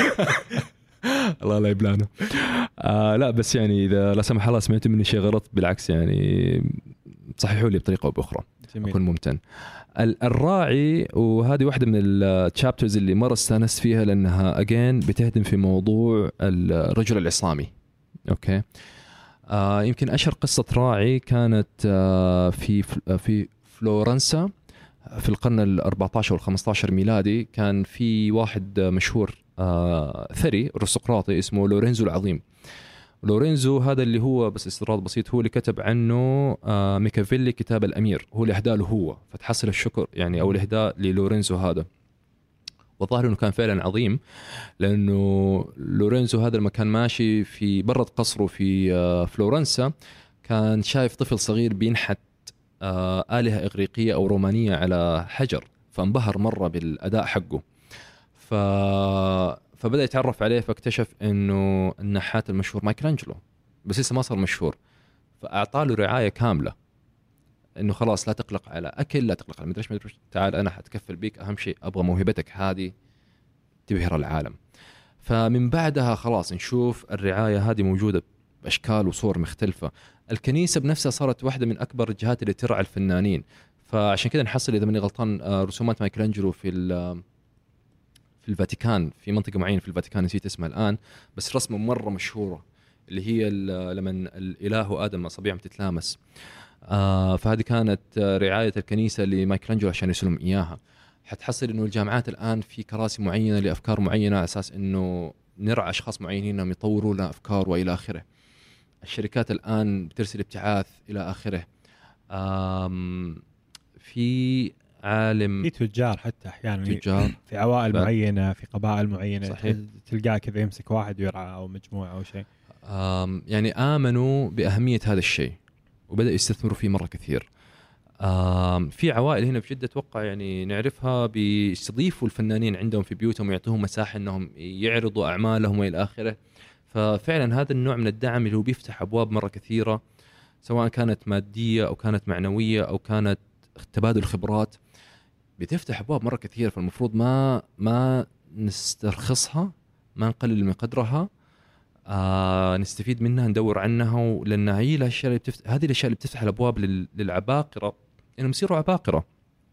Speaker 2: الله لا يبلانا. آه لا بس يعني إذا لا سمح الله سمعتوا مني شيء غلط بالعكس يعني صححوا لي بطريقة أو بأخرى، أكون ممتن. الراعي، وهذه واحدة من الشابترز اللي مرة استانست فيها لأنها أجين بتهدم في موضوع الرجل العصامي. أوكي. آه يمكن أشهر قصة راعي كانت آه في في فلورنسا في القرن الأربعة عشر والخمسة عشر ميلادي. كان في واحد مشهور آه ثري أرستقراطي اسمه لورينزو العظيم. لورينزو هذا اللي هو بس استطراد بسيط، هو اللي كتب عنه آه ميكافيلي كتاب الأمير، هو اللي أهداه له هو، فتحصل الشكر يعني أو الإهداء للورينزو هذا. وظاهر أنه كان فعلا عظيم، لأنه لورينزو هذا لما كان ماشي في برة قصره في آه فلورنسا كان شايف طفل صغير بينحت آه آلهة إغريقية أو رومانية على حجر، فانبهر مرة بالأداء حقه. ف فبدأ يتعرف عليه، فاكتشف إنه النحات المشهور مايكلانجلو، بس لسه ما صار مشهور. فأعطاه له رعاية كاملة، إنه خلاص لا تقلق على أكل، لا تقلق على مدرش مدرش، تعال أنا حتكفل بيك، أهم شيء أبغى موهبتك هذه تبهر العالم. فمن بعدها خلاص نشوف الرعاية هذه موجودة بأشكال وصور مختلفة. الكنيسة بنفسها صارت واحدة من أكبر الجهات اللي ترعى الفنانين، فعشان كده نحصل إذا مني غلطان رسومات مايكلانجلو في في الفاتيكان، في منطقة معينة في الفاتيكان نسيت اسمها الآن، بس رسمة مرة مشهورة اللي هي لما الإله وآدم أصابعهم تتلامس. آه فهذه كانت رعاية الكنيسة لمايكلانجلو عشان يسلم إياها. حتحصل إنه الجامعات الآن في كراسي معينة لأفكار معينة على أساس إنه نرعى أشخاص معينين أنهم يطوروا لنا أفكار وإلى آخره. الشركات الآن بترسل ابتعاث إلى آخره. في عالم
Speaker 1: في تجار حتى أحيانا
Speaker 2: تجار
Speaker 1: في عوائل ف... معينة في قبائل معينة
Speaker 2: صحيح.
Speaker 1: تلقاه كذا يمسك واحد ويرعى أو مجموعة أو شيء.
Speaker 2: يعني آمنوا بأهمية هذا الشيء وبدأ يستثمروا فيه مرة كثير. في عوائل هنا في جدة أتوقع يعني نعرفها بيستضيفوا الفنانين عندهم في بيوتهم ويعطوهم مساحة أنهم يعرضوا أعمالهم وإلى آخره. ففعلا هذا النوع من الدعم اللي هو بيفتح أبواب مرة كثيرة، سواء كانت مادية أو كانت معنوية أو كانت تبادل خبرات، بتفتح أبواب مرة كثير. فالمفروض ما ما نسترخصها، ما نقلل من قدرها، آه نستفيد منها، ندور عنها، لأن هي الأشياء اللي بتفتح، هذه الأشياء اللي بتفتح الأبواب للعباقرة إنهم يصيروا عباقرة.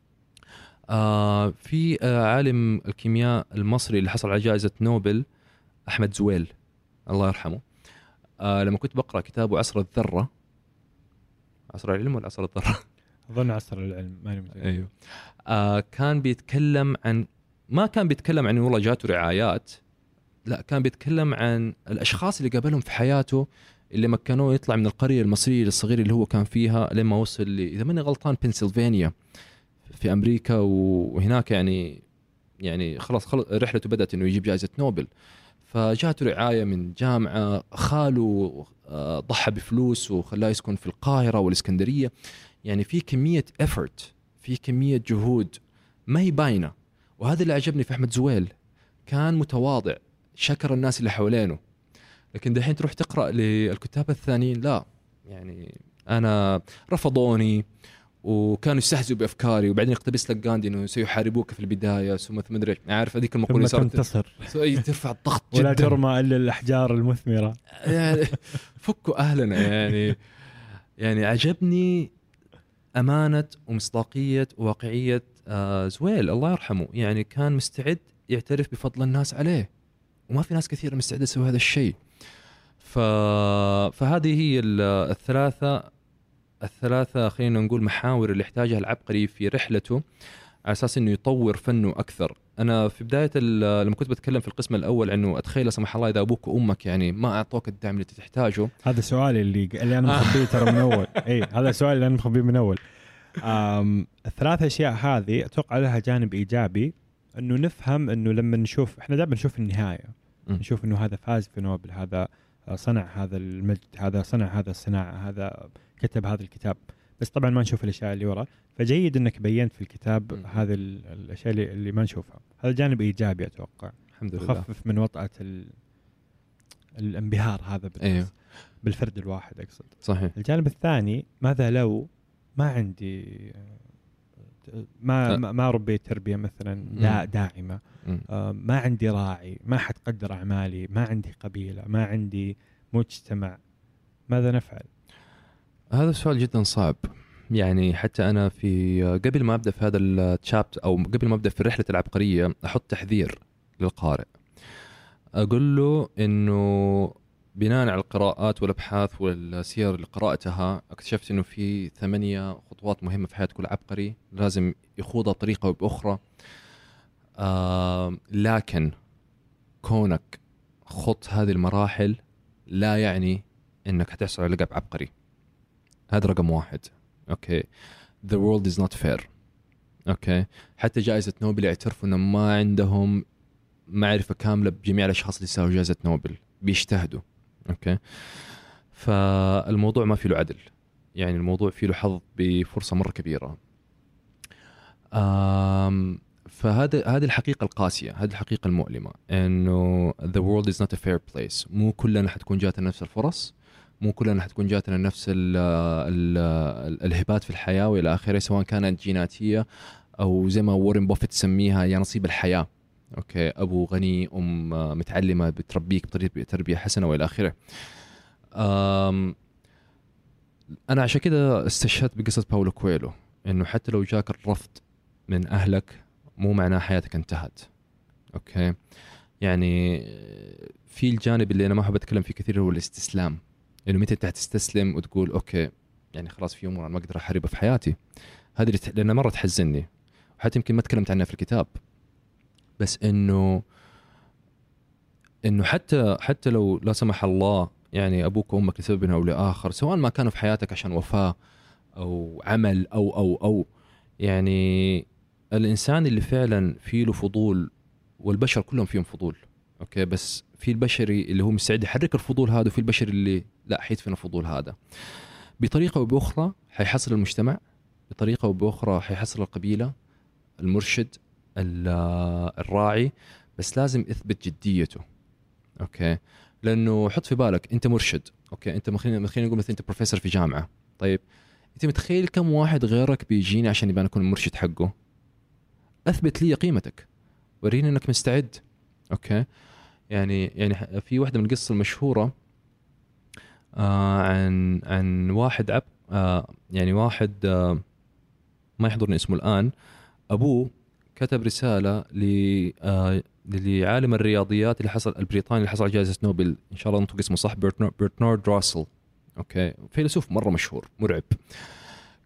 Speaker 2: آه في آه عالم الكيمياء المصري اللي حصل على جائزة نوبل أحمد زويل الله يرحمه، آه لما كنت بقرأ كتابه عصر الذرة، عصر العلم ولا عصر الذرة؟
Speaker 1: أظن عصر العلم ما نمت.
Speaker 2: أيوه. آه كان بيتكلم عن ما كان بيتكلم عن والله جاته رعايات، لا كان بيتكلم عن الأشخاص اللي قابلهم في حياته اللي مكنوه يطلع من القرية المصرية الصغيرة اللي هو كان فيها لما وصل لي إذا ماني غلطان بنسلفانيا في أمريكا، وهناك يعني يعني خلاص خلص رحلته بدأت إنه يجيب جائزة نوبل. فجاته رعاية من جامعة، خاله ضحى بفلوس وخلاه يسكن في القاهرة والإسكندرية. يعني في كمية effort، في كمية جهود ما هي باينة. وهذا اللي عجبني في أحمد زويل، كان متواضع، شكر الناس اللي حوالينه. لكن دحين تروح تقرأ للكتاب الثانيين لا، يعني أنا رفضوني وكانوا يستهزئوا بأفكاري، وبعدين اقتبس لك غاندي إنه سيحاربوك في البداية ثم ثم دري عارف هذيك المقولة
Speaker 1: صارت تنتصر
Speaker 2: ترفع الضغط جدا
Speaker 1: ولا ترمى إلا الأحجار المثمرة.
Speaker 2: يعني فكوا أهلنا. يعني يعني عجبني أمانة ومصداقية وواقعية آه زويل الله يرحمه. يعني كان مستعد يعترف بفضل الناس عليه، وما في ناس كثيرة مستعدة تسوي هذا الشيء. ف... فهذه هي الثلاثة الثلاثة خلينا نقول محاور اللي احتاجها العبقري في رحلته على أساس إنه يطور فنه أكثر. أنا في بداية لما كنت بتكلم في القسم الأول إنه أتخيل لا سمح الله إذا أبوك وأمك يعني ما أعطوك الدعم اللي تحتاجه.
Speaker 1: هذا سؤالي اللي اللي أنا مخبيه ترى من أول. إيه هذا سؤال اللي أنا مخبيه من أول. الثلاث أشياء هذه أتوقع لها جانب إيجابي، إنه نفهم إنه لما نشوف إحنا دائما نشوف النهاية، م. نشوف إنه هذا فاز في نوبل، هذا صنع هذا المجد، هذا صنع هذا الصناعة، هذا كتب هذا الكتاب، بس طبعا ما نشوف الأشياء اللي وراء. فجيد إنك بينت في الكتاب م. هذه الأشياء اللي ما نشوفها. هذا جانب إيجابي أتوقع،
Speaker 2: الحمد لله،
Speaker 1: خفف من وطأة الانبهار هذا
Speaker 2: أيوه.
Speaker 1: بالفرد الواحد أقصد.
Speaker 2: صحيح.
Speaker 1: الجانب الثاني، ماذا لو ما عندي ما أه. ما ربيت تربية مثلا دا داعمة، آه ما عندي راعي، ما حد قدر أعمالي، ما عندي قبيلة، ما عندي مجتمع، ماذا نفعل؟
Speaker 2: هذا السؤال جدا صعب. يعني حتى أنا في قبل ما أبدأ في هذا الشابت أو قبل ما أبدأ في رحلة العبقرية أحط تحذير للقارئ، أقول له إنه بناء على القراءات والأبحاث والسير اللي قرأتها اكتشفت إنه في ثمانية خطوات مهمة في حياة كل عبقري لازم يخوضها بطريقة وبأخرى. آه لكن كونك خط هذه المراحل لا يعني إنك هتحصل على لقب عبقري. هذا رقم واحد. أوكي. The world is not fair. أوكي. حتى جائزة نوبل يعترفوا إنه ما عندهم معرفة كاملة بجميع الأشخاص اللي ساووا جائزة نوبل، بيجتهدوا. أوكي. فالموضوع ما فيه له عدل، يعني الموضوع فيه له حظ بفرصة مرة كبيرة. أم فهذا هذه الحقيقة القاسية، هذه الحقيقة المؤلمة، إنه the world is not a fair place. مو كلنا حتكون جاتنا نفس الفرص، مو كلنا حتكون جاتنا نفس ال ال ال الهبات في الحياة وإلى آخره، سواء كانت جيناتية أو زي ما وارن بوفيت تسميها يا نصيب الحياة. أوكي. أبو غني، أم متعلمة بتربيك بطريقة تربية حسنة وإلى آخره. أنا عشان كده استشهدت بقصة باولو كويلو، إنه حتى لو جاك الرفض من أهلك مو معناه حياتك انتهت. أوكي. يعني في الجانب اللي أنا ما أحب أتكلم فيه كثير هو الاستسلام، إنه متى أنت تستسلم وتقول أوكي يعني خلاص في أمور أنا ما أقدر أحاربها في حياتي. هذه اللي لأنها مرة تحزنني، وحتى يمكن ما تكلمت عنها في الكتاب، بس إنه إنه حتى حتى لو لا سمح الله يعني أبوك وأمك لسبب أو لآخر، سواء ما كانوا في حياتك عشان وفاة أو عمل أو أو أو يعني الإنسان اللي فعلا فيه له فضول، والبشر كلهم فيهم فضول. أوكي. بس في البشري اللي هو مستعد يحرك الفضول هذا، وفي البشري اللي لا حيدفن الفضول هذا. بطريقة وبأخرى حيحصل المجتمع، بطريقة وبأخرى حيحصل القبيلة، المرشد، الراعي، بس لازم اثبت جديته. اوكي. لانه حط في بالك انت مرشد، اوكي، انت خلينا خلينا نقول مثلا انت بروفيسور في جامعه، طيب انت متخيل كم واحد غيرك بيجيني عشان يبان اكون مرشد حقه؟ اثبت لي قيمتك، وريني انك مستعد. اوكي. يعني يعني في واحده من القصص المشهوره آه عن عن واحد عب آه يعني واحد آه ما يحضرني اسمه الان، ابوه كتب رسالة لعالم الرياضيات اللي حصل البريطاني اللي حصل على جائزة نوبل، إن شاء الله نطق اسمه صح، برتنارد راسل. أوكي. فيلسوف مرة مشهور مرعب.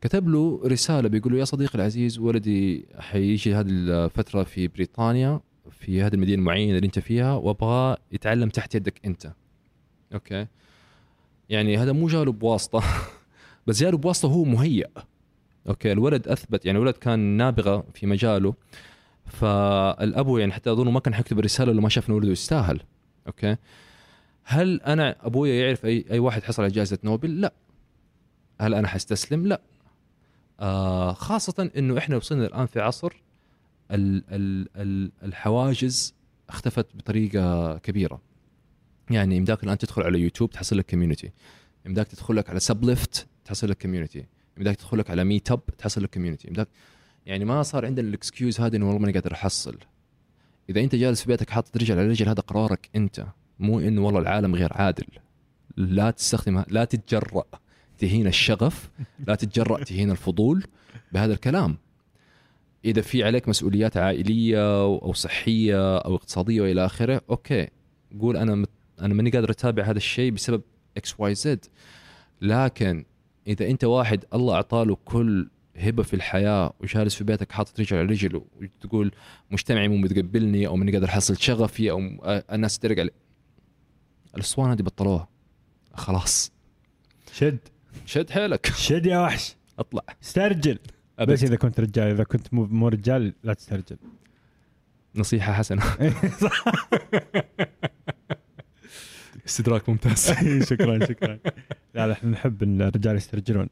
Speaker 2: كتب له رسالة بيقول له يا صديقي العزيز ولدي حيجي هذه الفترة في بريطانيا في هذه المدينة المعينة اللي أنت فيها وأبغى يتعلم تحت يدك أنت. أوكي يعني هذا مو جاله بواسطة بس جاله بواسطة هو مهيأ. أوكي الولد أثبت يعني الولد كان نابغة في مجاله فالأبو يعني حتى أظنه ما كان حيكتب الرسالة لو ما شاف إنه ولده يستاهل. أوكي هل أنا أبويا يعرف أي أي واحد حصل على جائزة نوبل؟ لا. هل أنا حستسلم؟ لا. آه خاصة إنه إحنا وصلنا الآن في عصر ال ال ال الحواجز اختفت بطريقة كبيرة. يعني يمداك الآن تدخل على يوتيوب تحصل لك كوميونتي، يمداك تدخل لك على سبليفت تحصل لك كوميونتي، يمداك تدخل لك على ميت اب تحصل لك كوميونتي، يمداك يعني ما صار عندنا الاكسكيوز هذا إنه والله ماني قادر أحصل. إذا أنت جالس في بيتك حاطط رجل على رجل هذا قرارك أنت، مو إنه والله العالم غير عادل. لا تستخدمها، لا تتجرأ تهين الشغف، لا تتجرأ تهين الفضول بهذا الكلام. إذا في عليك مسؤوليات عائلية أو صحية أو اقتصادية وإلى آخره، أوكي قول أنا مت... أنا ماني قادر أتابع هذا الشيء بسبب إكس واي زد. لكن إذا أنت واحد الله أعطاله كل هبة في الحياة وجالس في بيتك حاطط رجل على رجل وتقول مجتمعي مو متقبلني أو ماني قادر أحصل شغفي أو الناس ترق علي، الأسطوانة دي بطلوها خلاص.
Speaker 1: شد
Speaker 2: شد حيلك،
Speaker 1: شد يا وحش،
Speaker 2: اطلع
Speaker 1: استرجل.
Speaker 2: أبد.
Speaker 1: بس إذا كنت رجال، إذا كنت مو مو رجال لا تسترجل.
Speaker 2: نصيحة حسنة. استدراك ممتاز.
Speaker 1: شكرا شكرا. لا لا احنا نحب ان الرجال يسترجلون.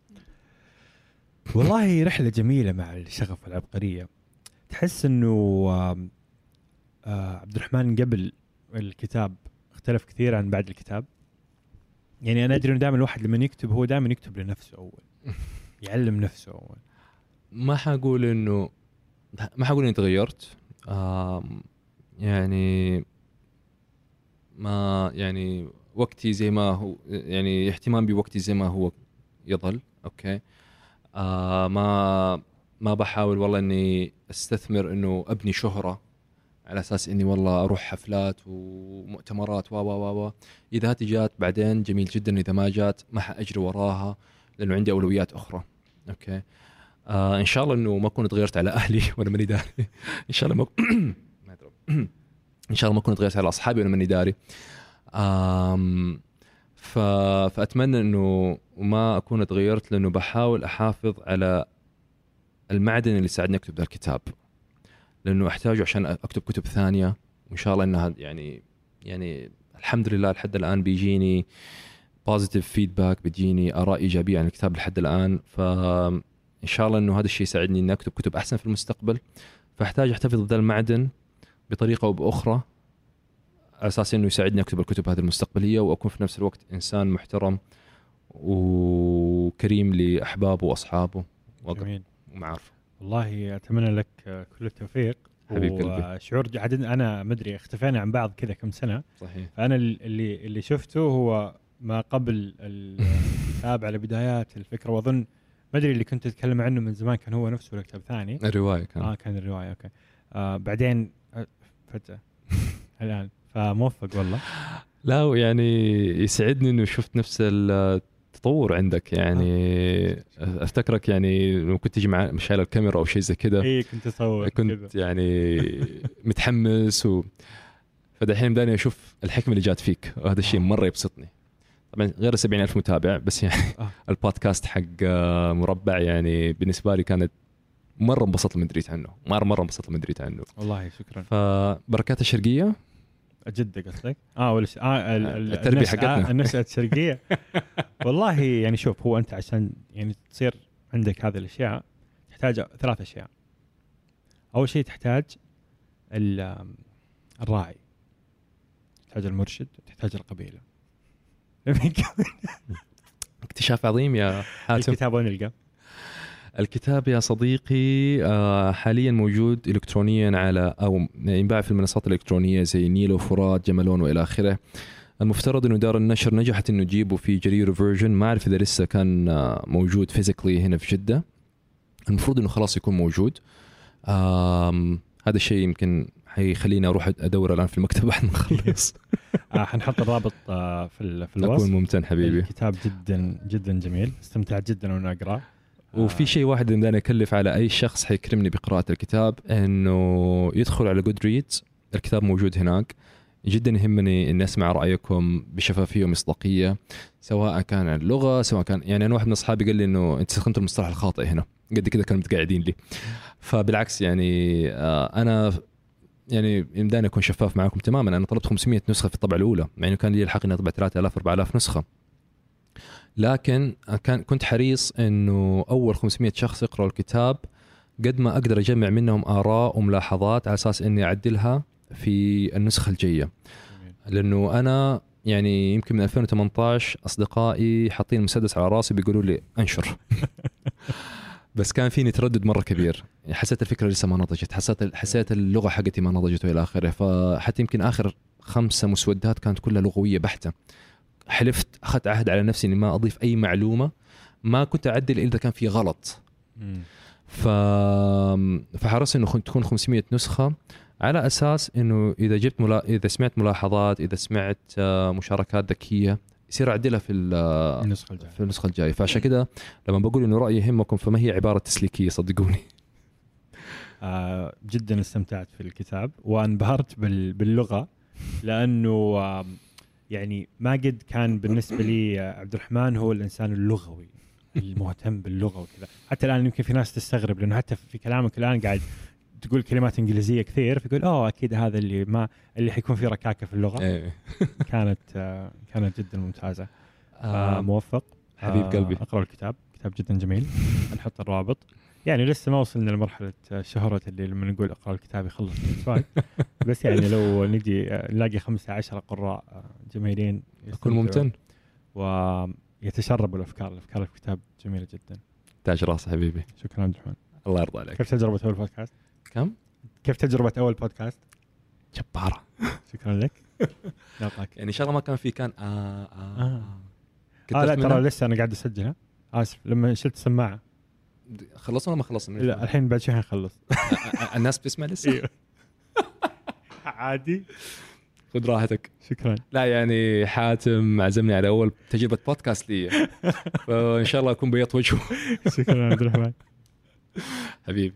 Speaker 1: والله رحلة جميلة مع الشغف والعبقرية. تحس انه عبد الرحمن قبل الكتاب اختلف كثير عن بعد الكتاب. يعني انا ادري انه دائما الواحد لما يكتب هو دائما يكتب لنفسه اول، يعلم نفسه اول.
Speaker 2: ما حقول انه ما حقول اني تغيرت، يعني ما يعني وقتي زي ما هو، يعني اهتمام بوقتي زي ما هو يظل. اوكي آه ما ما بحاول والله اني استثمر انه ابني شهرة على اساس اني والله اروح حفلات ومؤتمرات و و و اذا هات جات بعدين جميل جدا، اذا ما جات ما حاجري وراها لانه عندي اولويات اخرى. اوكي آه ان شاء الله انه ما اكون تغيرت على اهلي وانا ماني داري. ان شاء الله ما ما ادري ان شاء الله ما اكون تغيرت على اصحابي وانا ماني داري. آم ف... فاتمنى انه ما اكون تغيرت، لانه بحاول احافظ على المعدن اللي ساعدني اكتب ذا الكتاب، لانه احتاجه عشان اكتب كتب ثانيه. وان شاء الله انها يعني يعني الحمد لله لحد الان بيجيني بوزيتيف فيدباك، بتجيني اراء ايجابيه عن الكتاب لحد الان. فان شاء الله انه هذا الشيء يساعدني اني اكتب كتب احسن في المستقبل. فاحتاج احتفظ بذا المعدن بطريقه او باخرى على اساس انه يساعدني اكتب الكتب هذه المستقبليه، واكون في نفس الوقت انسان محترم وكريم لاحبابه واصحابه ومعارفه.
Speaker 1: والله اتمنى لك كل التوفيق.
Speaker 2: حبيب قلبي.
Speaker 1: وشعور عدد انا ما ادري اختفينا عن بعض كذا كم سنه.
Speaker 2: صحيح.
Speaker 1: فانا اللي اللي شفته هو ما قبل الكتاب على بدايات الفكره، واظن ما ادري اللي كنت اتكلم عنه من زمان كان هو نفسه الكتاب ثاني.
Speaker 2: الروايه كان
Speaker 1: اه كان الروايه. اوكي آه بعدين فجاه الان فموفق والله.
Speaker 2: لا يعني يسعدني انه شفت نفس التطور عندك. يعني آه. افتكرك يعني لو كنت تجي مع شايل الكاميرا او شيء زي كذا.
Speaker 1: اي كنت اصور
Speaker 2: كنت كدا. يعني متحمس و... فدحين بداني اشوف الحكمه اللي جات فيك، وهذا الشيء مره يبسطني. طبعا غير سبعين ألف متابع بس يعني آه. البودكاست حق مربع يعني بالنسبه لي كانت مره انبسطت لما دريت عنه، مره مره انبسطت لما دريت عنه.
Speaker 1: والله شكرا.
Speaker 2: فبركات الشرقيه جدة
Speaker 1: قصدك؟ اه ولا اه
Speaker 2: التربيه حقتنا
Speaker 1: آه النشأة الشرقيه. والله يعني شوف، هو انت عشان يعني تصير عندك هذه الاشياء تحتاج ثلاث اشياء. اول شيء تحتاج الراعي، تحتاج المرشد، تحتاج القبيله.
Speaker 2: اكتشاف عظيم يا حاتم.
Speaker 1: الكتاب وين نلقاه؟
Speaker 2: الكتاب يا صديقي حاليا موجود إلكترونيا على أو ينباع في المنصات الإلكترونية زي نيلو، فرات، جمالون وإلى آخره. المفترض إنه دار النشر نجحت إنه يجيبه في جرير فيرجن، ما أعرف إذا لسه كان موجود فيزيكلي هنا في جدة. المفروض إنه خلاص يكون موجود. هذا الشيء يمكن حيخليني أروح أدور الآن في المكتبة بعد ما نخلص.
Speaker 1: حنحط الرابط في في الوصف.
Speaker 2: أكون ممتن حبيبي.
Speaker 1: الكتاب جدا جدا جميل، استمتعت جدا وأنا أقرأ.
Speaker 2: وفي شيء واحد بدنا نكلف على أي شخص حيكرمني بقراءة الكتاب، إنه يدخل على جود ريدز، الكتاب موجود هناك. جدا يهمني إني أسمع رأيكم بشفافية ومصداقية، سواء كان اللغة سواء كان يعني أنا واحد من أصحابي قال لي إنه أنت استخدمت المصطلح الخاطئ هنا، قد كده كانوا متقاعدين لي. فبالعكس يعني أنا يعني يمداني أكون شفاف معكم تماما. أنا طلبت خمسمية نسخة في الطبعة الأولى، مع إنه كان لي الحق إني أطبع ثلاثة آلاف أربعة آلاف نسخة، لكن كان كنت حريص إنه أول خمسمية شخص يقرأوا الكتاب قد ما أقدر أجمع منهم آراء وملاحظات على أساس إني أعدلها في النسخة الجاية. لأنه أنا يعني يمكن من ألفين وثمانية عشر أصدقائي حاطين مسدس على راسي بيقولوا لي أنشر بس كان فيني تردد مرة كبير، حسيت الفكرة لسه ما نضجت، حسيت حسيت اللغة حقتي ما نضجت وإلى آخره. فحتى يمكن آخر خمسة مسودات كانت كلها لغوية بحتة. حلفت أخذت عهد على نفسي إني ما أضيف أي معلومة ما كنت أعدل إذا كان في غلط. ف... فحرصت إنه تكون خمسمية نسخة، على أساس إنه إذا جبت ملا... إذا سمعت ملاحظات، إذا سمعت مشاركات ذكية، يصير أعدلها في
Speaker 1: النسخة الجاية.
Speaker 2: في النسخة الجاية. فعشان كده لما بقول إنه رأيي يهمكم فما هي عبارة تسليكية، صدقوني.
Speaker 1: آه جدا استمتعت في الكتاب وانبهرت بال... باللغة، لأنه آه يعني ما قد كان بالنسبة لي عبد الرحمن هو الإنسان اللغوي المهتم باللغة وكذا. حتى الآن يمكن في ناس تستغرب، لأنه حتى في كلامك الآن قاعد تقول كلمات إنجليزية كثير، فيقول أوه أكيد هذا اللي ما اللي حيكون فيه ركاكة في اللغة. كانت آه كانت جدا ممتازة. آه موفق
Speaker 2: حبيب
Speaker 1: آه
Speaker 2: قلبي.
Speaker 1: أقرأ الكتاب، كتاب جدا جميل. نحط الرابط. يعني لسه ما وصلنا لمرحلة شهرة اللي لما نقول أقرأ الكتاب يخلص الإسفاق بس يعني لو نجي نلاقي خمسة عشر قراء جميلين
Speaker 2: أكون ممتن
Speaker 1: ويتشربوا الأفكار. الأفكار في الكتاب جميلة جدا.
Speaker 2: تاج راس حبيبي.
Speaker 1: شكرا عبد الرحمن.
Speaker 2: الله يرضى عليك.
Speaker 1: كيف تجربة أول بودكاست؟
Speaker 2: كم؟
Speaker 1: كيف تجربة أول بودكاست؟
Speaker 2: جبارة.
Speaker 1: شكرا لك. نلقاك.
Speaker 2: يعني إن شاء الله ما كان في كان آه آه,
Speaker 1: آه. آه لا ترى لسه أنا قاعد أسجلها. آسف لما شلت سماعة.
Speaker 2: خلصنا ولا ما خلصنا؟
Speaker 1: لا الحين بعد شوي هنخلص.
Speaker 2: الناس بتسمع لسه؟
Speaker 1: عادي.
Speaker 2: خذ راحتك.
Speaker 1: شكرا.
Speaker 2: لا يعني حاتم عزمني على أول تجربة بودكاست لي، فإن شاء الله أكون بيض وجهه.
Speaker 1: شكرا عبد الرحمن
Speaker 2: حبيبي.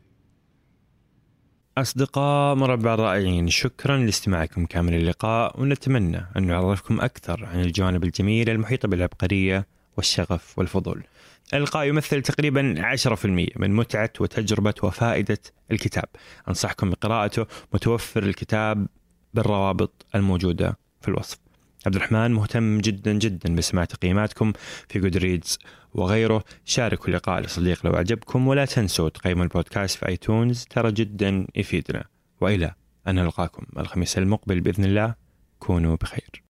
Speaker 1: أصدقاء مربع الرائعين، شكرا لاستماعكم كامل اللقاء، ونتمنى أن نعرفكم أكثر عن الجوانب الجميلة المحيطة بالعبقرية والشغف والفضول. اللقاء يمثل تقريبا عشرة بالمئة من متعة وتجربة وفائدة الكتاب. أنصحكم بقراءته، متوفر الكتاب بالروابط الموجودة في الوصف. عبد الرحمن مهتم جدا جدا بسماع تقييماتكم في جود ريدز وغيره. شاركوا اللقاء لصديق لو أعجبكم، ولا تنسوا تقيموا البودكاست في آيتونز، ترى جدا يفيدنا. وإلى أن نلقاكم الخميس المقبل بإذن الله، كونوا بخير.